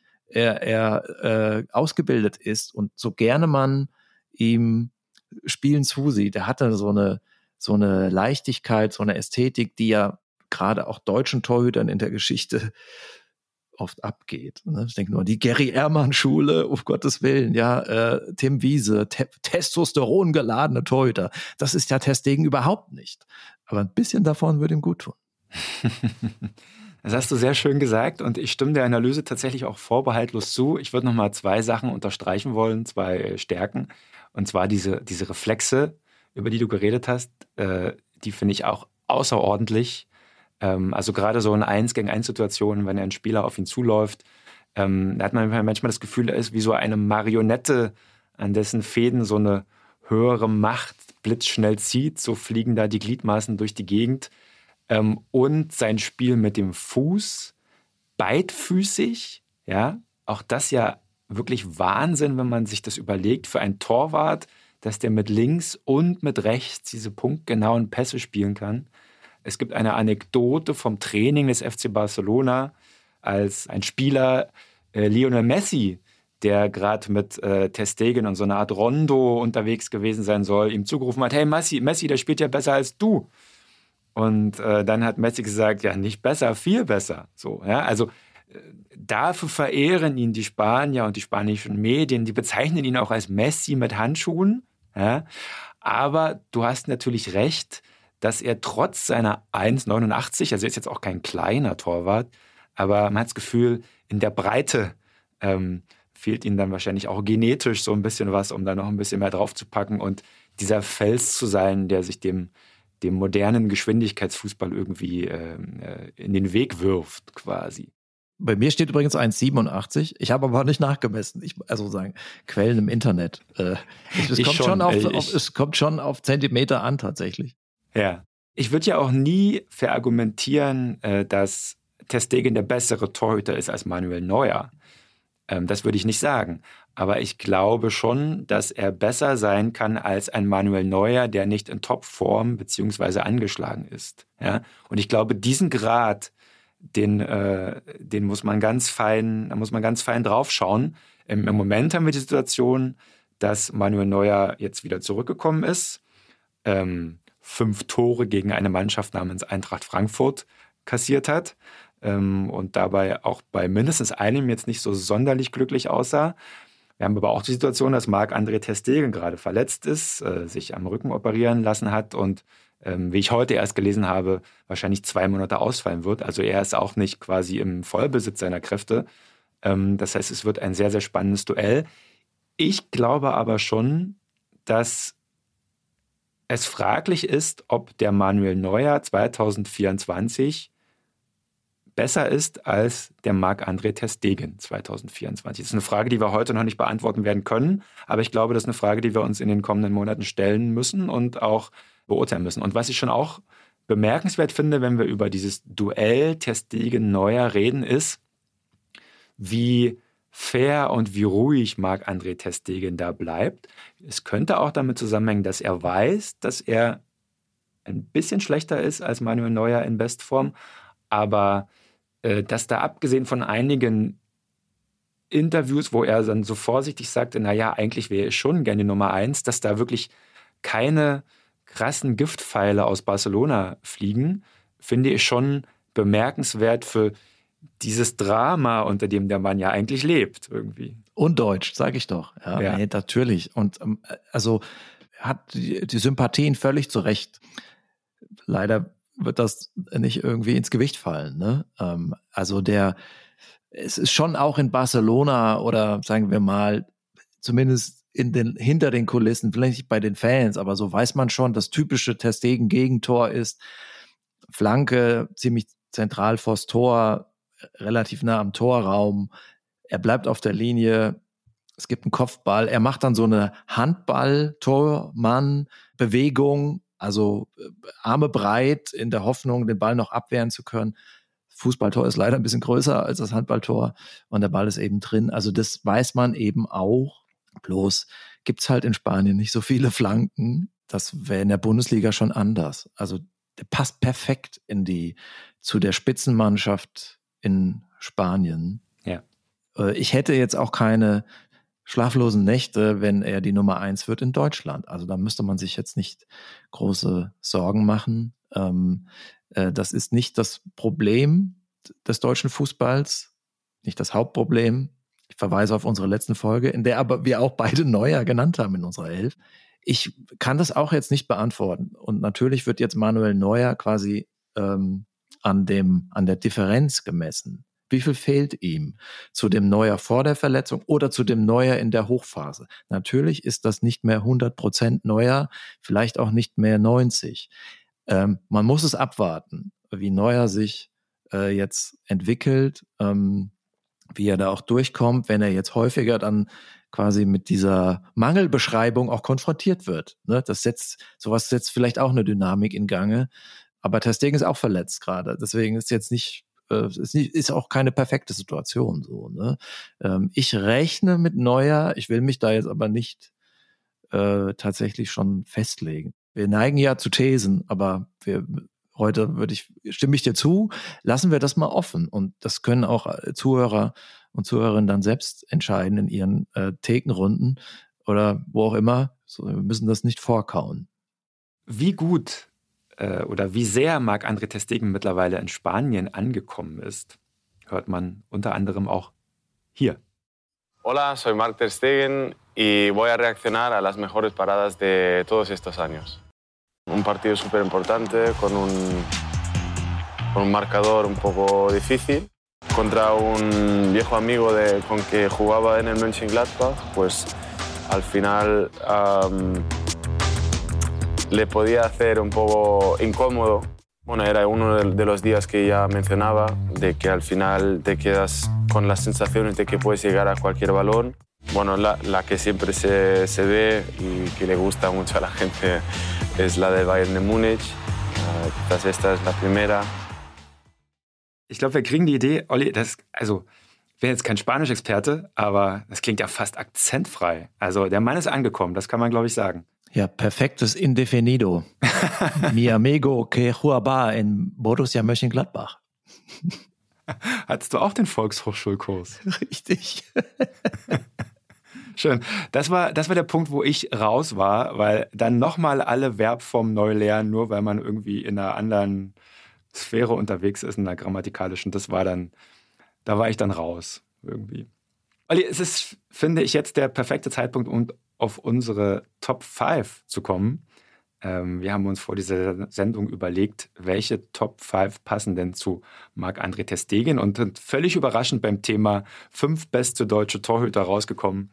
er ausgebildet ist und so gerne man ihm Spielen zusieht. Er hatte so eine Leichtigkeit, so eine Ästhetik, die ja gerade auch deutschen Torhütern in der Geschichte oft abgeht. Ne? Ich denke nur an die Gary-Ehrmann-Schule, um Gottes Willen, ja, Tim Wiese, Testosteron geladene Torhüter. Das ist ja Ter Stegen überhaupt nicht. Aber ein bisschen davon würde ihm gut tun. Das hast du sehr schön gesagt und ich stimme der Analyse tatsächlich auch vorbehaltlos zu. Ich würde noch mal 2 Sachen unterstreichen wollen, 2 Stärken. Und zwar diese Reflexe, über die du geredet hast, die finde ich auch außerordentlich. Also gerade so in 1-gegen-1-Situationen, wenn ein Spieler auf ihn zuläuft, da hat man manchmal das Gefühl, er ist wie so eine Marionette, an dessen Fäden so eine höhere Macht blitzschnell zieht. So fliegen da die Gliedmaßen durch die Gegend. Und sein Spiel mit dem Fuß, beidfüßig, ja, auch das ja wirklich Wahnsinn, wenn man sich das überlegt, für einen Torwart, dass der mit links und mit rechts diese punktgenauen Pässe spielen kann. Es gibt eine Anekdote vom Training des FC Barcelona, als ein Spieler, Lionel Messi, der gerade mit Ter Stegen und so einer Art Rondo unterwegs gewesen sein soll, ihm zugerufen hat, hey Messi, der spielt ja besser als du. Und dann hat Messi gesagt, ja, nicht besser, viel besser. So, ja, also dafür verehren ihn die Spanier und die spanischen Medien, die bezeichnen ihn auch als Messi mit Handschuhen. Ja? Aber du hast natürlich recht, dass er trotz seiner 1,89, also er ist jetzt auch kein kleiner Torwart, aber man hat das Gefühl, in der Breite fehlt ihm dann wahrscheinlich auch genetisch so ein bisschen was, um da noch ein bisschen mehr drauf zu packen und dieser Fels zu sein, der sich dem modernen Geschwindigkeitsfußball irgendwie in den Weg wirft quasi. Bei mir steht übrigens 1,87. Ich habe aber nicht nachgemessen. Also sagen, Quellen im Internet. Es kommt schon auf Zentimeter an tatsächlich. Ja. Ich würde ja auch nie verargumentieren, dass Ter Stegen der bessere Torhüter ist als Manuel Neuer. Das würde ich nicht sagen. Aber ich glaube schon, dass er besser sein kann als ein Manuel Neuer, der nicht in Topform bzw. angeschlagen ist. Ja? Und ich glaube, diesen Grad, den muss man ganz fein draufschauen. Im Moment haben wir die Situation, dass Manuel Neuer jetzt wieder zurückgekommen ist, 5 Tore gegen eine Mannschaft namens Eintracht Frankfurt kassiert hat und dabei auch bei mindestens einem jetzt nicht so sonderlich glücklich aussah. Wir haben aber auch die Situation, dass Marc-André Ter Stegen gerade verletzt ist, sich am Rücken operieren lassen hat und wie ich heute erst gelesen habe, wahrscheinlich 2 Monate ausfallen wird. Also er ist auch nicht quasi im Vollbesitz seiner Kräfte. Das heißt, es wird ein sehr, sehr spannendes Duell. Ich glaube aber schon, dass es fraglich ist, ob der Manuel Neuer 2024 besser ist als der Marc-André Ter Stegen 2024. Das ist eine Frage, die wir heute noch nicht beantworten werden können, aber ich glaube, das ist eine Frage, die wir uns in den kommenden Monaten stellen müssen und auch beurteilen müssen. Und was ich schon auch bemerkenswert finde, wenn wir über dieses Duell Ter Stegen-Neuer reden, ist, wie fair und wie ruhig Marc-André Ter Stegen da bleibt. Es könnte auch damit zusammenhängen, dass er weiß, dass er ein bisschen schlechter ist als Manuel Neuer in Bestform, aber dass da abgesehen von einigen Interviews, wo er dann so vorsichtig sagte, naja, eigentlich wäre ich schon gerne Nummer 1, dass da wirklich keine krassen Giftpfeile aus Barcelona fliegen, finde ich schon bemerkenswert für dieses Drama, unter dem der Mann ja eigentlich lebt irgendwie. Undeutsch, sage ich doch. Ja. Nee, natürlich. Und also hat die Sympathien völlig zu Recht. Leider wird das nicht irgendwie ins Gewicht fallen. Ne? Also es ist schon auch in Barcelona oder sagen wir mal, zumindest hinter den Kulissen, vielleicht nicht bei den Fans, aber so weiß man schon, das typische Ter Stegen Gegentor ist Flanke, ziemlich zentral vors Tor, relativ nah am Torraum. Er bleibt auf der Linie, es gibt einen Kopfball, er macht dann so eine Handball-Tormann-Bewegung, also Arme breit, in der Hoffnung, den Ball noch abwehren zu können. Fußballtor ist leider ein bisschen größer als das Handballtor und der Ball ist eben drin. Also das weiß man eben auch. Bloß gibt's halt in Spanien nicht so viele Flanken. Das wäre in der Bundesliga schon anders. Also der passt perfekt zu der Spitzenmannschaft in Spanien. Ja. Ich hätte jetzt auch keine schlaflosen Nächte, wenn er die Nummer 1 wird in Deutschland. Also da müsste man sich jetzt nicht große Sorgen machen. Das ist nicht das Problem des deutschen Fußballs, nicht das Hauptproblem. Ich verweise auf unsere letzte Folge, in der aber wir auch beide Neuer genannt haben in unserer Elf. Ich kann das auch jetzt nicht beantworten. Und natürlich wird jetzt Manuel Neuer quasi an der Differenz gemessen. Wie viel fehlt ihm zu dem Neuer vor der Verletzung oder zu dem Neuer in der Hochphase? Natürlich ist das nicht mehr 100% Neuer, vielleicht auch nicht mehr 90%. Man muss es abwarten, wie Neuer sich jetzt entwickelt, wie er da auch durchkommt, wenn er jetzt häufiger dann quasi mit dieser Mangelbeschreibung auch konfrontiert wird. Ne? Sowas setzt vielleicht auch eine Dynamik in Gange. Aber Ter Stegen ist auch verletzt gerade. Deswegen ist jetzt ist auch keine perfekte Situation so. Ne? Ich rechne mit Neuer. Ich will mich da jetzt aber nicht tatsächlich schon festlegen. Wir neigen ja zu Thesen, aber heute stimme ich dir zu, lassen wir das mal offen. Und das können auch Zuhörer und Zuhörerinnen dann selbst entscheiden in ihren Thekenrunden oder wo auch immer. So, wir müssen das nicht vorkauen. Wie gut oder wie sehr Marc-André Ter Stegen mittlerweile in Spanien angekommen ist, hört man unter anderem auch hier. Hola, soy Marc Ter Stegen y voy a reaccionar a las mejores paradas de todos estos años. Un partido súper importante con un marcador un poco difícil contra un viejo amigo con que jugaba en el Mönchengladbach, pues al final le podía hacer un poco incómodo. Bueno, era uno de los días que ya mencionaba, de que al final te quedas con las sensaciones de que puedes llegar a cualquier balón. Bueno, la que siempre se ve y que le gusta mucho a la gente es la del Bayern de Múnich. Quizás esta es la primera. Ich glaube, wir kriegen die Idee, Olli, ich bin jetzt kein Spanisch-Experte, aber das klingt ja fast akzentfrei. Also der Mann ist angekommen, das kann man, glaube ich, sagen. Ja, perfektes Indefinido. Mi amigo que jugaba en Borussia Mönchengladbach. Hattest du auch den Volkshochschulkurs? Richtig. Schön. Das war der Punkt, wo ich raus war, weil dann nochmal alle Verbformen neu lernen, nur weil man irgendwie in einer anderen Sphäre unterwegs ist, in einer grammatikalischen. Da war ich dann raus irgendwie. Olli, es ist, finde ich, jetzt der perfekte Zeitpunkt, um auf unsere Top 5 zu kommen. Wir haben uns vor dieser Sendung überlegt, welche Top 5 passen denn zu Marc-André Ter Stegen und sind völlig überraschend beim Thema 5 beste deutsche Torhüter rausgekommen.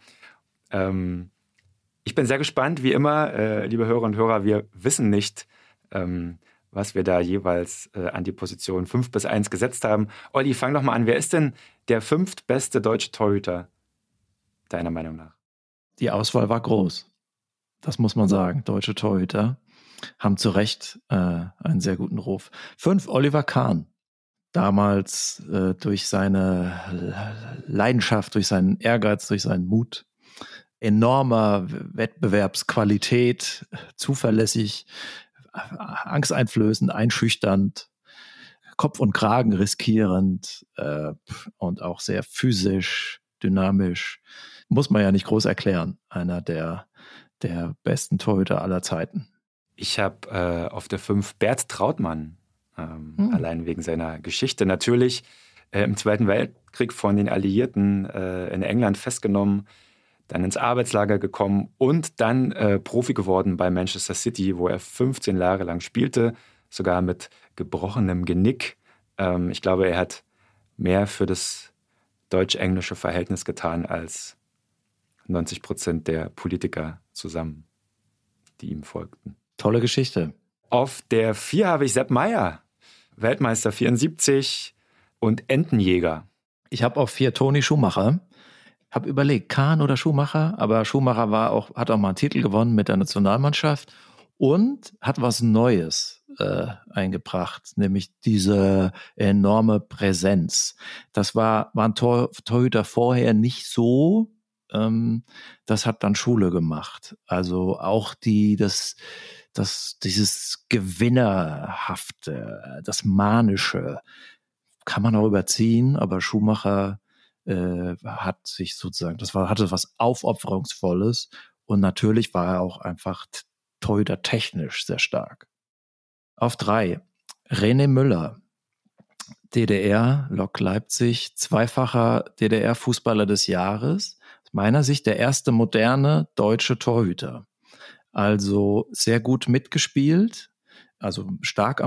Ich bin sehr gespannt, wie immer, liebe Hörer und Hörer, wir wissen nicht, was wir da jeweils an die Position 5 bis 1 gesetzt haben. Olli, fang doch mal an. Wer ist denn der 5. beste deutsche Torhüter, deiner Meinung nach? Die Auswahl war groß. Das muss man sagen. Deutsche Torhüter haben zu Recht einen sehr guten Ruf. 5, Oliver Kahn. Damals durch seine Leidenschaft, durch seinen Ehrgeiz, durch seinen Mut, enormer Wettbewerbsqualität, zuverlässig, angsteinflößend, einschüchternd, Kopf und Kragen riskierend und auch sehr physisch, dynamisch. Muss man ja nicht groß erklären. Einer der besten Torhüter aller Zeiten. Ich habe auf der 5 Bert Trautmann, allein wegen seiner Geschichte. Natürlich im Zweiten Weltkrieg von den Alliierten in England festgenommen, dann ins Arbeitslager gekommen und dann Profi geworden bei Manchester City, wo er 15 Jahre lang spielte, sogar mit gebrochenem Genick. Ich glaube, er hat mehr für das deutsch-englische Verhältnis getan als 90% der Politiker zusammen, die ihm folgten. Tolle Geschichte. Auf der 4 habe ich Sepp Maier, Weltmeister 74 und Entenjäger. Ich habe auf 4 Toni Schumacher. Habe überlegt, Kahn oder Schumacher, aber Schumacher hat auch mal einen Titel gewonnen mit der Nationalmannschaft und hat was Neues eingebracht, nämlich diese enorme Präsenz. Das waren Torhüter vorher nicht so. Das hat dann Schule gemacht. Also auch dieses Gewinnerhafte, das Manische, kann man auch überziehen, aber Schumacher hat sich sozusagen, hatte was Aufopferungsvolles und natürlich war er auch einfach Torhüter technisch sehr stark. Auf 3, René Müller, DDR, Lok Leipzig, zweifacher DDR-Fußballer des Jahres, aus meiner Sicht der erste moderne deutsche Torhüter. Also sehr gut mitgespielt, also stark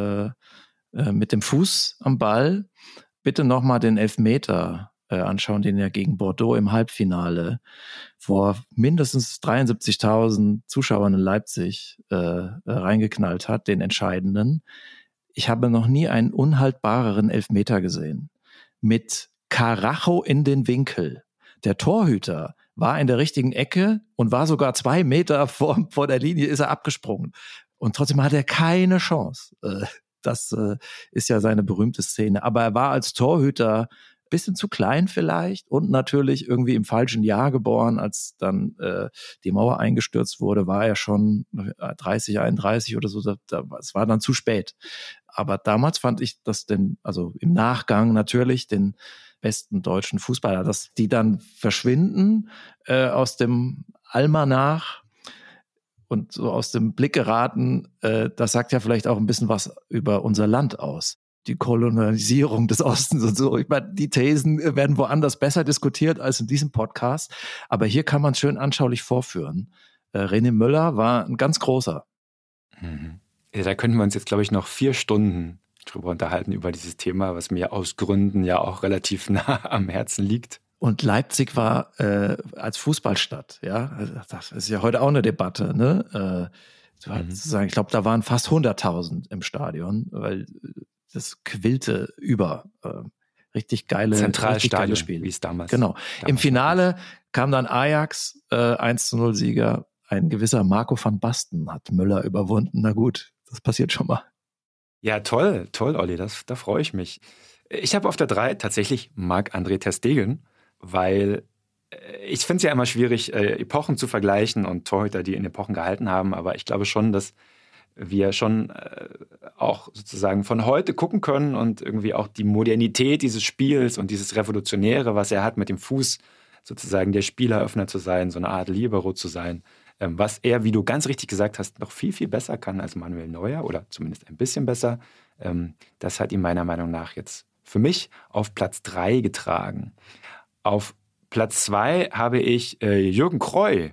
mit dem Fuß am Ball. Bitte nochmal den Elfmeter anschauen, den er gegen Bordeaux im Halbfinale vor mindestens 73.000 Zuschauern in Leipzig reingeknallt hat, den entscheidenden. Ich habe noch nie einen unhaltbareren Elfmeter gesehen. Mit Karacho in den Winkel. Der Torhüter war in der richtigen Ecke und war sogar 2 Meter vor der Linie, ist er abgesprungen. Und trotzdem hat er keine Chance. Das ist ja seine berühmte Szene. Aber er war als Torhüter ein bisschen zu klein vielleicht und natürlich irgendwie im falschen Jahr geboren, als dann die Mauer eingestürzt wurde, war er schon 30, 31 oder so. Es war dann zu spät. Aber damals fand ich das also im Nachgang natürlich den besten deutschen Fußballer, dass die dann verschwinden aus dem Almanach und so aus dem Blick geraten, das sagt ja vielleicht auch ein bisschen was über unser Land aus. Die Kolonialisierung des Ostens und so. Ich meine, die Thesen werden woanders besser diskutiert als in diesem Podcast, aber hier kann man es schön anschaulich vorführen. René Müller war ein ganz großer. Mhm. Ja, da könnten wir uns jetzt, glaube ich, noch 4 Stunden drüber unterhalten, über dieses Thema, was mir aus Gründen ja auch relativ nah am Herzen liegt. Und Leipzig war als Fußballstadt, ja, das ist ja heute auch eine Debatte, ne? Ich glaube, da waren fast 100.000 im Stadion, weil das quillte über. Richtig geile Spiele. Wie es damals. Genau. Im Finale kam dann Ajax, 1-0-Sieger. Ein gewisser Marco van Basten hat Müller überwunden. Na gut, das passiert schon mal. Ja, toll, Olli, da freue ich mich. Ich habe auf der 3 tatsächlich Marc-André ter Stegen, weil ich finde es ja immer schwierig, Epochen zu vergleichen und Torhüter, die in Epochen gehalten haben, aber ich glaube schon, dass wir schon auch sozusagen von heute gucken können und irgendwie auch die Modernität dieses Spiels und dieses Revolutionäre, was er hat mit dem Fuß, sozusagen der Spieleröffner zu sein, so eine Art Libero zu sein, was er, wie du ganz richtig gesagt hast, noch viel, viel besser kann als Manuel Neuer oder zumindest ein bisschen besser. Das hat ihn meiner Meinung nach jetzt für mich auf Platz 3 getragen. Auf Platz 2 habe ich Jürgen Kroy,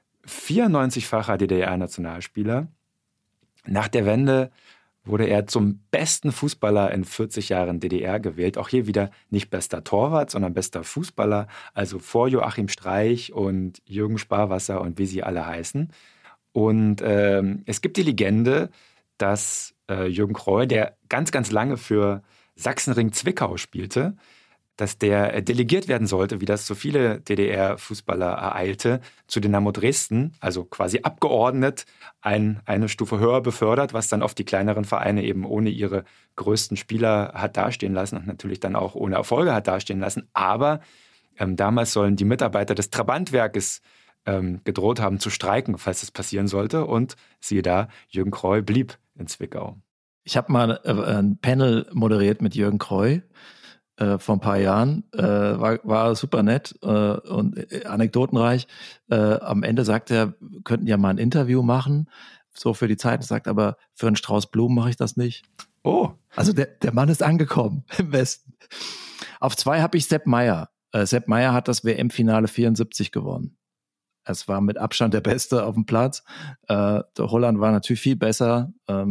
94-facher DDR-Nationalspieler. Nach der Wende wurde er zum besten Fußballer in 40 Jahren DDR gewählt. Auch hier wieder nicht bester Torwart, sondern bester Fußballer. Also vor Joachim Streich und Jürgen Sparwasser und wie sie alle heißen. Und es gibt die Legende, dass Jürgen Kroy, der ganz, ganz lange für Sachsenring Zwickau spielte, dass der delegiert werden sollte, wie das so viele DDR-Fußballer ereilte, zu Dynamo Dresden, also quasi abgeordnet, eine Stufe höher befördert, was dann oft die kleineren Vereine eben ohne ihre größten Spieler hat dastehen lassen und natürlich dann auch ohne Erfolge hat dastehen lassen. Aber damals sollen die Mitarbeiter des Trabantwerkes gedroht haben zu streiken, falls das passieren sollte. Und siehe da, Jürgen Kroy blieb in Zwickau. Ich habe mal ein Panel moderiert mit Jürgen Kroy vor ein paar Jahren, war super nett und anekdotenreich. Am Ende sagt er, wir könnten ja mal ein Interview machen, so für die Zeit. Er sagt aber, für einen Strauß Blumen mache ich das nicht. Oh. Also der Mann ist angekommen im Westen. Auf 2 habe ich Sepp Maier. Sepp Maier hat das WM-Finale 74 gewonnen. Es war mit Abstand der Beste auf dem Platz. Der Holland war natürlich viel besser,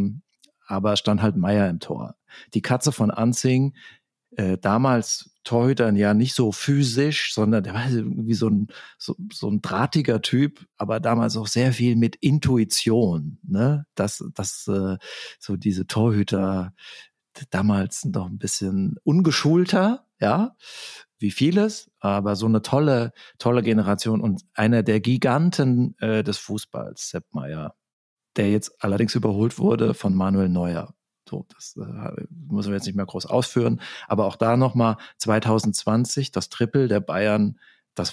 aber stand halt Maier im Tor. Die Katze von Anzing, damals Torhütern ja nicht so physisch, sondern der war irgendwie so ein drahtiger Typ, aber damals auch sehr viel mit Intuition, ne? Das so diese Torhüter damals noch ein bisschen ungeschulter, ja, wie vieles, aber so eine tolle Generation und einer der Giganten des Fußballs, Sepp Maier. der jetzt allerdings überholt wurde von Manuel Neuer. So, das müssen wir jetzt nicht mehr groß ausführen. Aber auch da nochmal 2020, das Triple der Bayern, das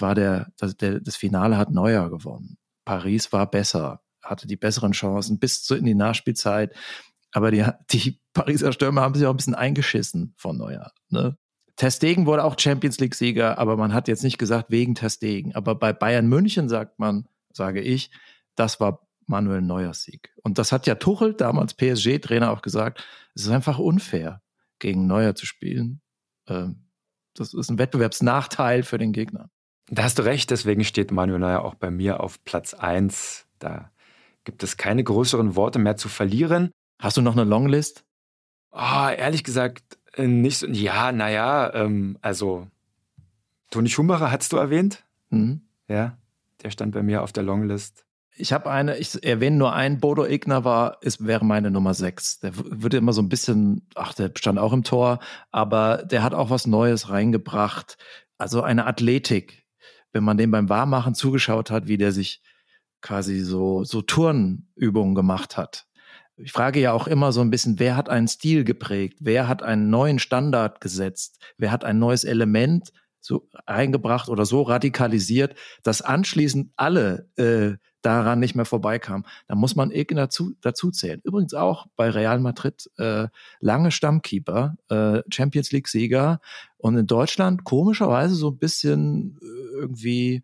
Finale hat Neuer gewonnen. Paris war besser, hatte die besseren Chancen bis in die Nachspielzeit. Aber die Pariser Stürmer haben sich auch ein bisschen eingeschissen von Neuer. Ne? Ter Stegen wurde auch Champions-League-Sieger, aber man hat jetzt nicht gesagt wegen Ter Stegen. Aber bei Bayern München sage ich, das war Manuel Neuers Sieg. Und das hat ja Tuchel, damals PSG-Trainer, auch gesagt, es ist einfach unfair, gegen Neuer zu spielen. Das ist ein Wettbewerbsnachteil für den Gegner. Da hast du recht, deswegen steht Manuel Neuer auch bei mir auf Platz 1. Da gibt es keine größeren Worte mehr zu verlieren. Hast du noch eine Longlist? Ehrlich gesagt, nicht so. Ja, also Toni Schumacher hattest du erwähnt? Mhm. Ja, der stand bei mir auf der Longlist. Ich erwähne nur einen, Bodo Illgner wäre meine Nummer 6. Der würde immer so ein bisschen, der stand auch im Tor, aber der hat auch was Neues reingebracht. Also eine Athletik. Wenn man dem beim Warmmachen zugeschaut hat, wie der sich quasi so Turnübungen gemacht hat. Ich frage ja auch immer so ein bisschen, wer hat einen Stil geprägt? Wer hat einen neuen Standard gesetzt? Wer hat ein neues Element so eingebracht oder so radikalisiert, dass anschließend alle daran nicht mehr vorbeikamen? Da muss man Illgner dazu zählen. Übrigens auch bei Real Madrid lange Stammkeeper, Champions-League-Sieger und in Deutschland komischerweise so ein bisschen irgendwie,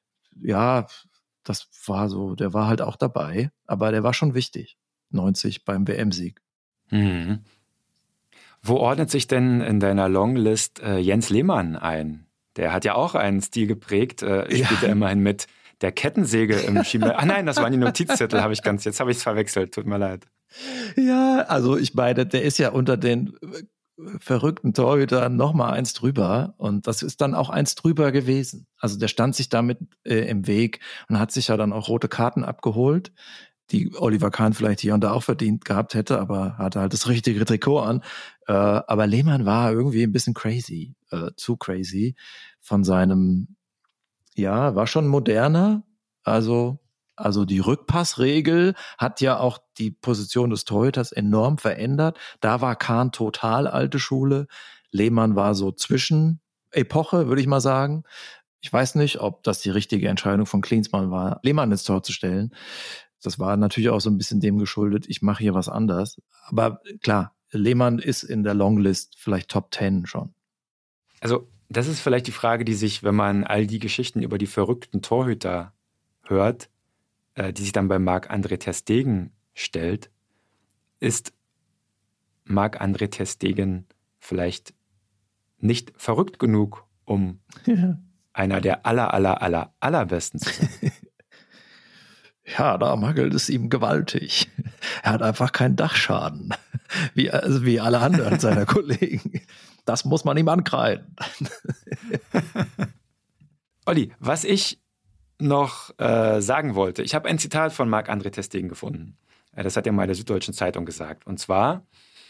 ja, das war so, der war halt auch dabei, aber der war schon wichtig. 90 beim WM-Sieg. Mhm. Wo ordnet sich denn in deiner Longlist Jens Lehmann ein? Der hat ja auch einen Stil geprägt. Spielt ja immerhin mit der Kettensäge im Schienbein. Ach nein, das waren die Notizzettel, jetzt habe ich es verwechselt. Tut mir leid. Ja, also ich meine, der ist ja unter den verrückten Torhütern noch mal eins drüber und das ist dann auch eins drüber gewesen. Also der stand sich damit im Weg und hat sich ja dann auch rote Karten abgeholt, die Oliver Kahn vielleicht hier und da auch verdient gehabt hätte, aber hatte halt das richtige Trikot an. Aber Lehmann war irgendwie ein bisschen crazy, zu crazy von seinem, war schon moderner. Also die Rückpassregel hat ja auch die Position des Torhüters enorm verändert. Da war Kahn total alte Schule. Lehmann war so Zwischenepoche, würde ich mal sagen. Ich weiß nicht, ob das die richtige Entscheidung von Klinsmann war, Lehmann ins Tor zu stellen. Das war natürlich auch so ein bisschen dem geschuldet, ich mache hier was anders. Aber klar, Lehmann ist in der Longlist vielleicht Top 10 schon. Also das ist vielleicht die Frage, die sich, wenn man all die Geschichten über die verrückten Torhüter hört, die sich dann bei Marc-André ter Stegen stellt, ist Marc-André ter Stegen vielleicht nicht verrückt genug, um einer der allerbesten zu sein? Ja, da mangelt es ihm gewaltig. Er hat einfach keinen Dachschaden, wie alle anderen seiner Kollegen. Das muss man ihm ankreiden. Olli, was ich noch sagen wollte, ich habe ein Zitat von Marc-André ter Stegen gefunden. Das hat er mal in der Süddeutschen Zeitung gesagt. Und zwar,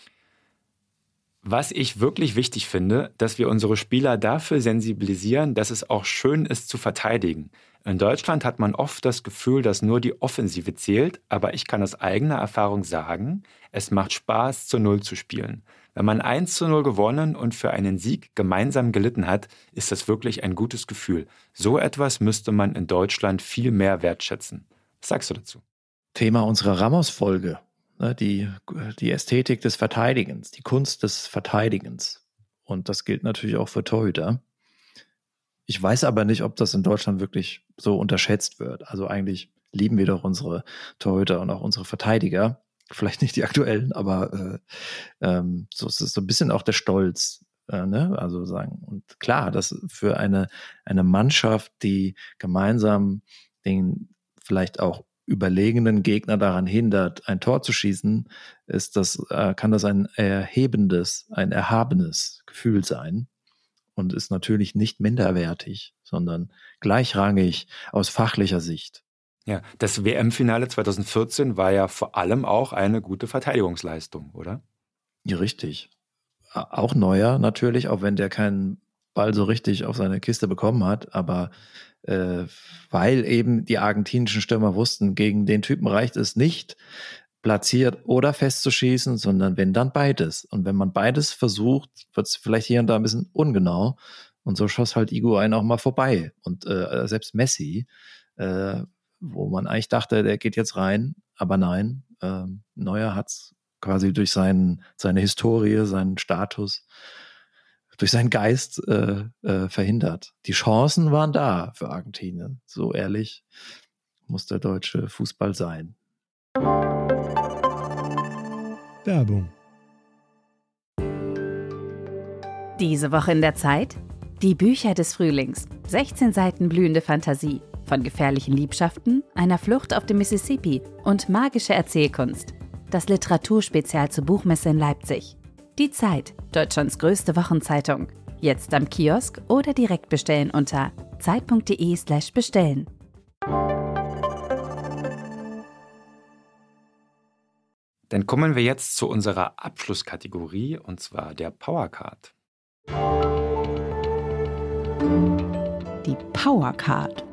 was ich wirklich wichtig finde, dass wir unsere Spieler dafür sensibilisieren, dass es auch schön ist zu verteidigen. In Deutschland hat man oft das Gefühl, dass nur die Offensive zählt, aber ich kann aus eigener Erfahrung sagen, es macht Spaß, zu Null zu spielen. Wenn man 1:0 gewonnen und für einen Sieg gemeinsam gelitten hat, ist das wirklich ein gutes Gefühl. So etwas müsste man in Deutschland viel mehr wertschätzen. Was sagst du dazu? Thema unserer Ramos-Folge. Die Ästhetik des Verteidigens, die Kunst des Verteidigens. Und das gilt natürlich auch für Torhüter. Ich weiß aber nicht, ob das in Deutschland wirklich so unterschätzt wird. Also eigentlich lieben wir doch unsere Torhüter und auch unsere Verteidiger. Vielleicht nicht die aktuellen, aber so ist es so ein bisschen auch der Stolz. Also sagen. Und klar, das für eine Mannschaft, die gemeinsam den vielleicht auch überlegenen Gegner daran hindert, ein Tor zu schießen, kann das ein erhabenes Gefühl sein und ist natürlich nicht minderwertig, sondern gleichrangig aus fachlicher Sicht. Ja, das WM-Finale 2014 war ja vor allem auch eine gute Verteidigungsleistung, oder? Ja, richtig. Auch Neuer natürlich, auch wenn der kein Ball so richtig auf seine Kiste bekommen hat, aber weil eben die argentinischen Stürmer wussten, gegen den Typen reicht es nicht, platziert oder festzuschießen, sondern wenn, dann beides. Und wenn man beides versucht, wird es vielleicht hier und da ein bisschen ungenau. Und so schoss halt Higuaín auch mal vorbei. Und selbst Messi, wo man eigentlich dachte, der geht jetzt rein, aber nein, Neuer hat es quasi durch seine Historie, seinen Status, durch seinen Geist verhindert. Die Chancen waren da für Argentinien. So ehrlich muss der deutsche Fußball sein. Werbung. Diese Woche in der Zeit? Die Bücher des Frühlings. 16 Seiten blühende Fantasie. Von gefährlichen Liebschaften, einer Flucht auf dem Mississippi und magische Erzählkunst. Das Literaturspezial zur Buchmesse in Leipzig. Die Zeit, Deutschlands größte Wochenzeitung. Jetzt am Kiosk oder direkt bestellen unter zeit.de/bestellen. Dann kommen wir jetzt zu unserer Abschlusskategorie, und zwar der Powercard. Die Powercard.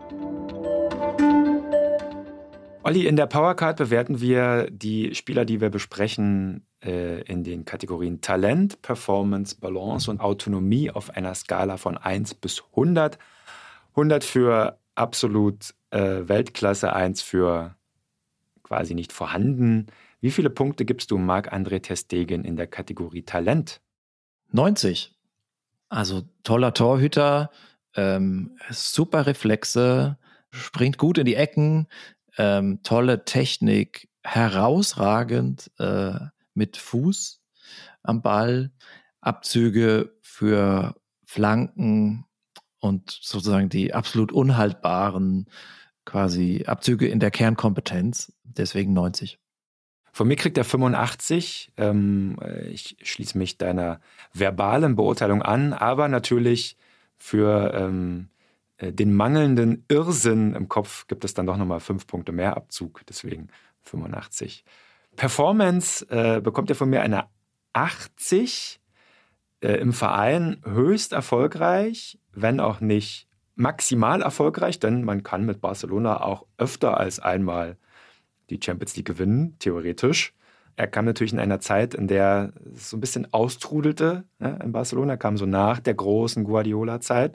Olli, in der Powercard bewerten wir die Spieler, die wir besprechen, in den Kategorien Talent, Performance, Balance und Autonomie auf einer Skala von 1 bis 100. 100 für absolut Weltklasse, 1 für quasi nicht vorhanden. Wie viele Punkte gibst du Marc-André ter Stegen in der Kategorie Talent? 90. Also toller Torhüter, super Reflexe, springt gut in die Ecken, tolle Technik, herausragend mit Fuß am Ball, Abzüge für Flanken und sozusagen die absolut unhaltbaren quasi Abzüge in der Kernkompetenz, deswegen 90. Von mir kriegt er 85. Ich schließe mich deiner verbalen Beurteilung an, aber natürlich für den mangelnden Irrsinn im Kopf gibt es dann doch nochmal 5 Punkte mehr Abzug, deswegen 85. Performance bekommt er von mir eine 80. Im Verein höchst erfolgreich, wenn auch nicht maximal erfolgreich, denn man kann mit Barcelona auch öfter als einmal die Champions League gewinnen, theoretisch. Er kam natürlich in einer Zeit, in der es so ein bisschen austrudelte, ne, in Barcelona. Er kam so nach der großen Guardiola-Zeit.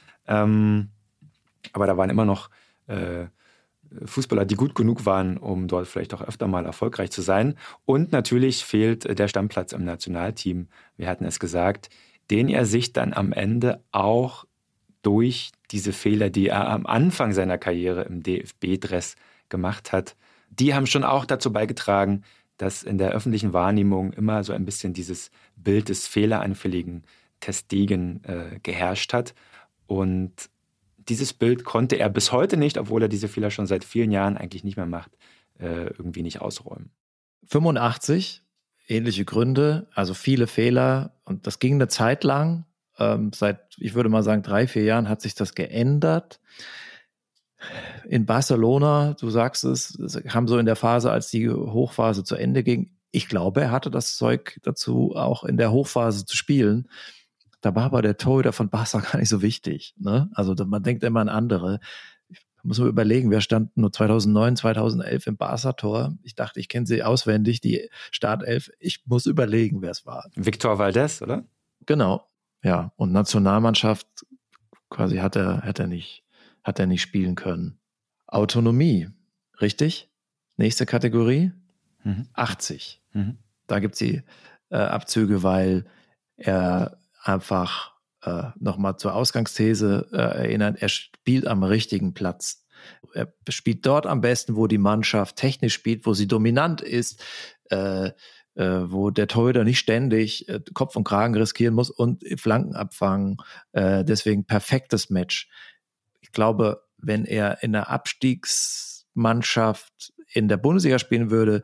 Aber da waren immer noch Fußballer, die gut genug waren, um dort vielleicht auch öfter mal erfolgreich zu sein. Und natürlich fehlt der Stammplatz im Nationalteam, wir hatten es gesagt, den er sich dann am Ende auch durch diese Fehler, die er am Anfang seiner Karriere im DFB-Dress gemacht hat, die haben schon auch dazu beigetragen, dass in der öffentlichen Wahrnehmung immer so ein bisschen dieses Bild des fehleranfälligen ter Stegen geherrscht hat. Und dieses Bild konnte er bis heute nicht, obwohl er diese Fehler schon seit vielen Jahren eigentlich nicht mehr macht, irgendwie nicht ausräumen. 85, ähnliche Gründe, also viele Fehler. Und das ging eine Zeit lang. Seit, ich würde mal sagen, 3-4 Jahren hat sich das geändert. In Barcelona, du sagst es kam so in der Phase, als die Hochphase zu Ende ging. Ich glaube, er hatte das Zeug dazu, auch in der Hochphase zu spielen. Da war aber der Torhüter von Barca gar nicht so wichtig. Ne? Also man denkt immer an andere. Muss man überlegen, wer stand nur 2009, 2011 im Barca-Tor? Ich dachte, ich kenne sie auswendig, die Startelf. Ich muss überlegen, wer es war. Victor Valdés, oder? Genau, ja. Und Nationalmannschaft quasi hat er nicht spielen können. Autonomie, richtig? Nächste Kategorie, 80. Da gibt es die Abzüge, weil er einfach nochmal zur Ausgangsthese erinnert, er spielt am richtigen Platz. Er spielt dort am besten, wo die Mannschaft technisch spielt, wo sie dominant ist, wo der Torhüter nicht ständig Kopf und Kragen riskieren muss und Flanken abfangen. Deswegen perfektes Match. Ich glaube, wenn er in der Abstiegsmannschaft in der Bundesliga spielen würde,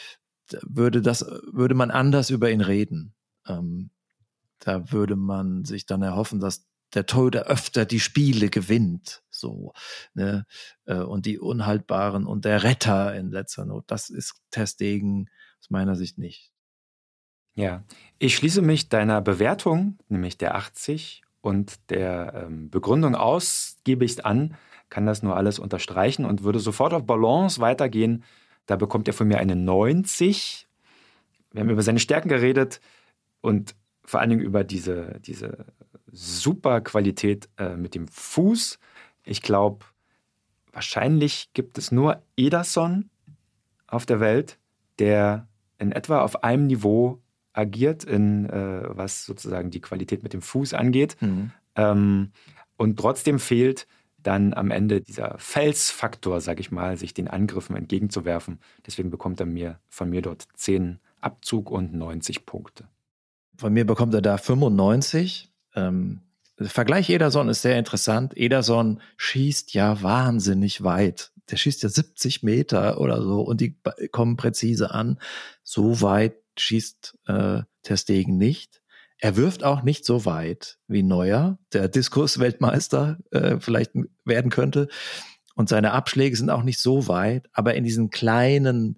würde man anders über ihn reden. Da würde man sich dann erhoffen, dass der Torhüter öfter die Spiele gewinnt, so, ne? Und die Unhaltbaren und der Retter in letzter Not. Das ist ter Stegen aus meiner Sicht nicht. Ja, ich schließe mich deiner Bewertung, nämlich der 80, und der Begründung ausgiebigst an, kann das nur alles unterstreichen und würde sofort auf Balance weitergehen. Da bekommt er von mir eine 90. Wir haben über seine Stärken geredet und vor allen Dingen über diese super Qualität mit dem Fuß. Ich glaube, wahrscheinlich gibt es nur Ederson auf der Welt, der in etwa auf einem Niveau agiert, was sozusagen die Qualität mit dem Fuß angeht. Und trotzdem fehlt dann am Ende dieser Felsfaktor, sage ich mal, sich den Angriffen entgegenzuwerfen. Deswegen bekommt er von mir dort 10 Abzug und 90 Punkte. Von mir bekommt er da 95. Vergleich Ederson ist sehr interessant. Ederson schießt ja wahnsinnig weit. Der schießt ja 70 Meter oder so und die kommen präzise an. So weit schießt Ter Stegen nicht. Er wirft auch nicht so weit wie Neuer, der Diskus-Weltmeister vielleicht werden könnte. Und seine Abschläge sind auch nicht so weit, aber in diesen kleinen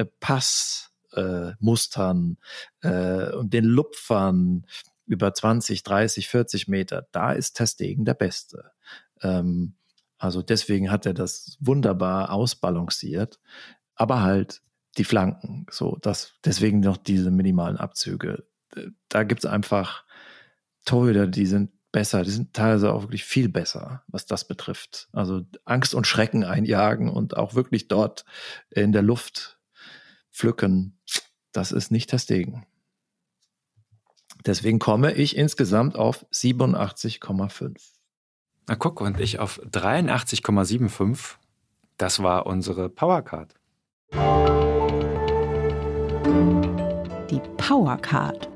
Passmustern und den Lupfern über 20, 30, 40 Meter, da ist Ter Stegen der Beste. Also deswegen hat er das wunderbar ausbalanciert, aber halt die Flanken, deswegen noch diese minimalen Abzüge. Da gibt es einfach Torhüter, die sind besser, die sind teilweise auch wirklich viel besser, was das betrifft. Also Angst und Schrecken einjagen und auch wirklich dort in der Luft pflücken, das ist nicht Ter Stegen. Deswegen komme ich insgesamt auf 87,5. Na guck, und ich auf 83,75. Das war unsere Powercard. Die Powercard.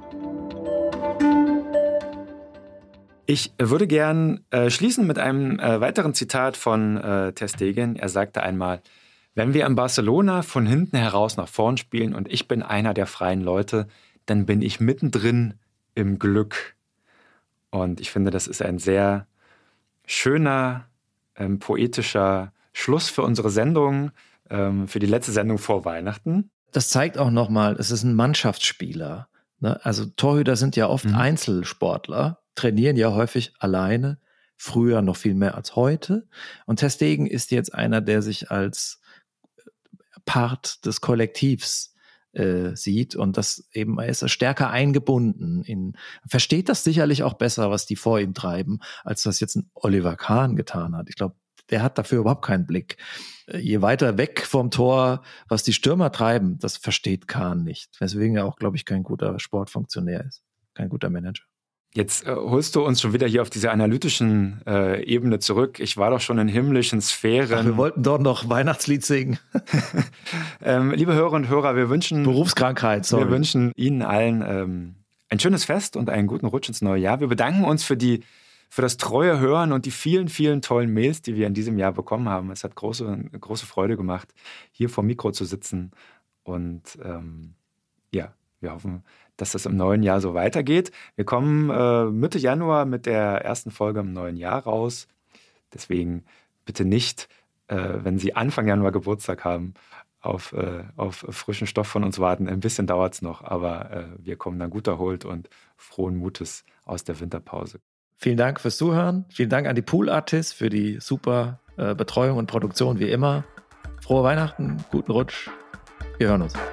Ich würde gern schließen mit einem weiteren Zitat von Ter Stegen. Er sagte einmal: Wenn wir in Barcelona von hinten heraus nach vorn spielen und ich bin einer der freien Leute, dann bin ich mittendrin im Glück. Und ich finde, das ist ein sehr schöner, poetischer Schluss für unsere Sendung, für die letzte Sendung vor Weihnachten. Das zeigt auch nochmal, es ist ein Mannschaftsspieler. Ne? Also Torhüter sind ja oft Einzelsportler, trainieren ja häufig alleine, früher noch viel mehr als heute. Und Ter Stegen ist jetzt einer, der sich als Part des Kollektivs sieht und das eben, er ist stärker eingebunden, versteht das sicherlich auch besser, was die vor ihm treiben, als das jetzt ein Oliver Kahn getan hat. Ich glaube, der hat dafür überhaupt keinen Blick. Je weiter weg vom Tor, was die Stürmer treiben, das versteht Kahn nicht. Weswegen er auch, glaube ich, kein guter Sportfunktionär ist, kein guter Manager. Jetzt holst du uns schon wieder hier auf diese analytischen Ebene zurück. Ich war doch schon in himmlischen Sphären. Ach, wir wollten doch noch Weihnachtslied singen. Liebe Hörerinnen und Hörer, wir wünschen Berufskrankheit, Wir wünschen Ihnen allen ein schönes Fest und einen guten Rutsch ins neue Jahr. Wir bedanken uns für das treue Hören und die vielen, vielen tollen Mails, die wir in diesem Jahr bekommen haben. Es hat große Freude gemacht, hier vor dem Mikro zu sitzen. Und wir hoffen, dass das im neuen Jahr so weitergeht. Wir kommen Mitte Januar mit der ersten Folge im neuen Jahr raus. Deswegen bitte nicht, wenn Sie Anfang Januar Geburtstag haben, auf frischen Stoff von uns warten. Ein bisschen dauert es noch, aber wir kommen dann gut erholt und frohen Mutes aus der Winterpause. Vielen Dank fürs Zuhören. Vielen Dank an die Pool Artists für die super Betreuung und Produktion wie immer. Frohe Weihnachten, guten Rutsch. Wir hören uns.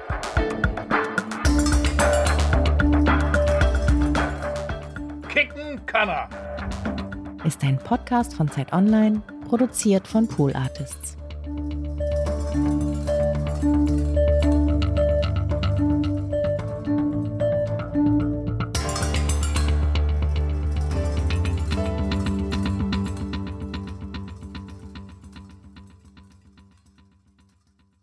Kicken kann er. Ist ein Podcast von Zeit Online, produziert von Pool Artists.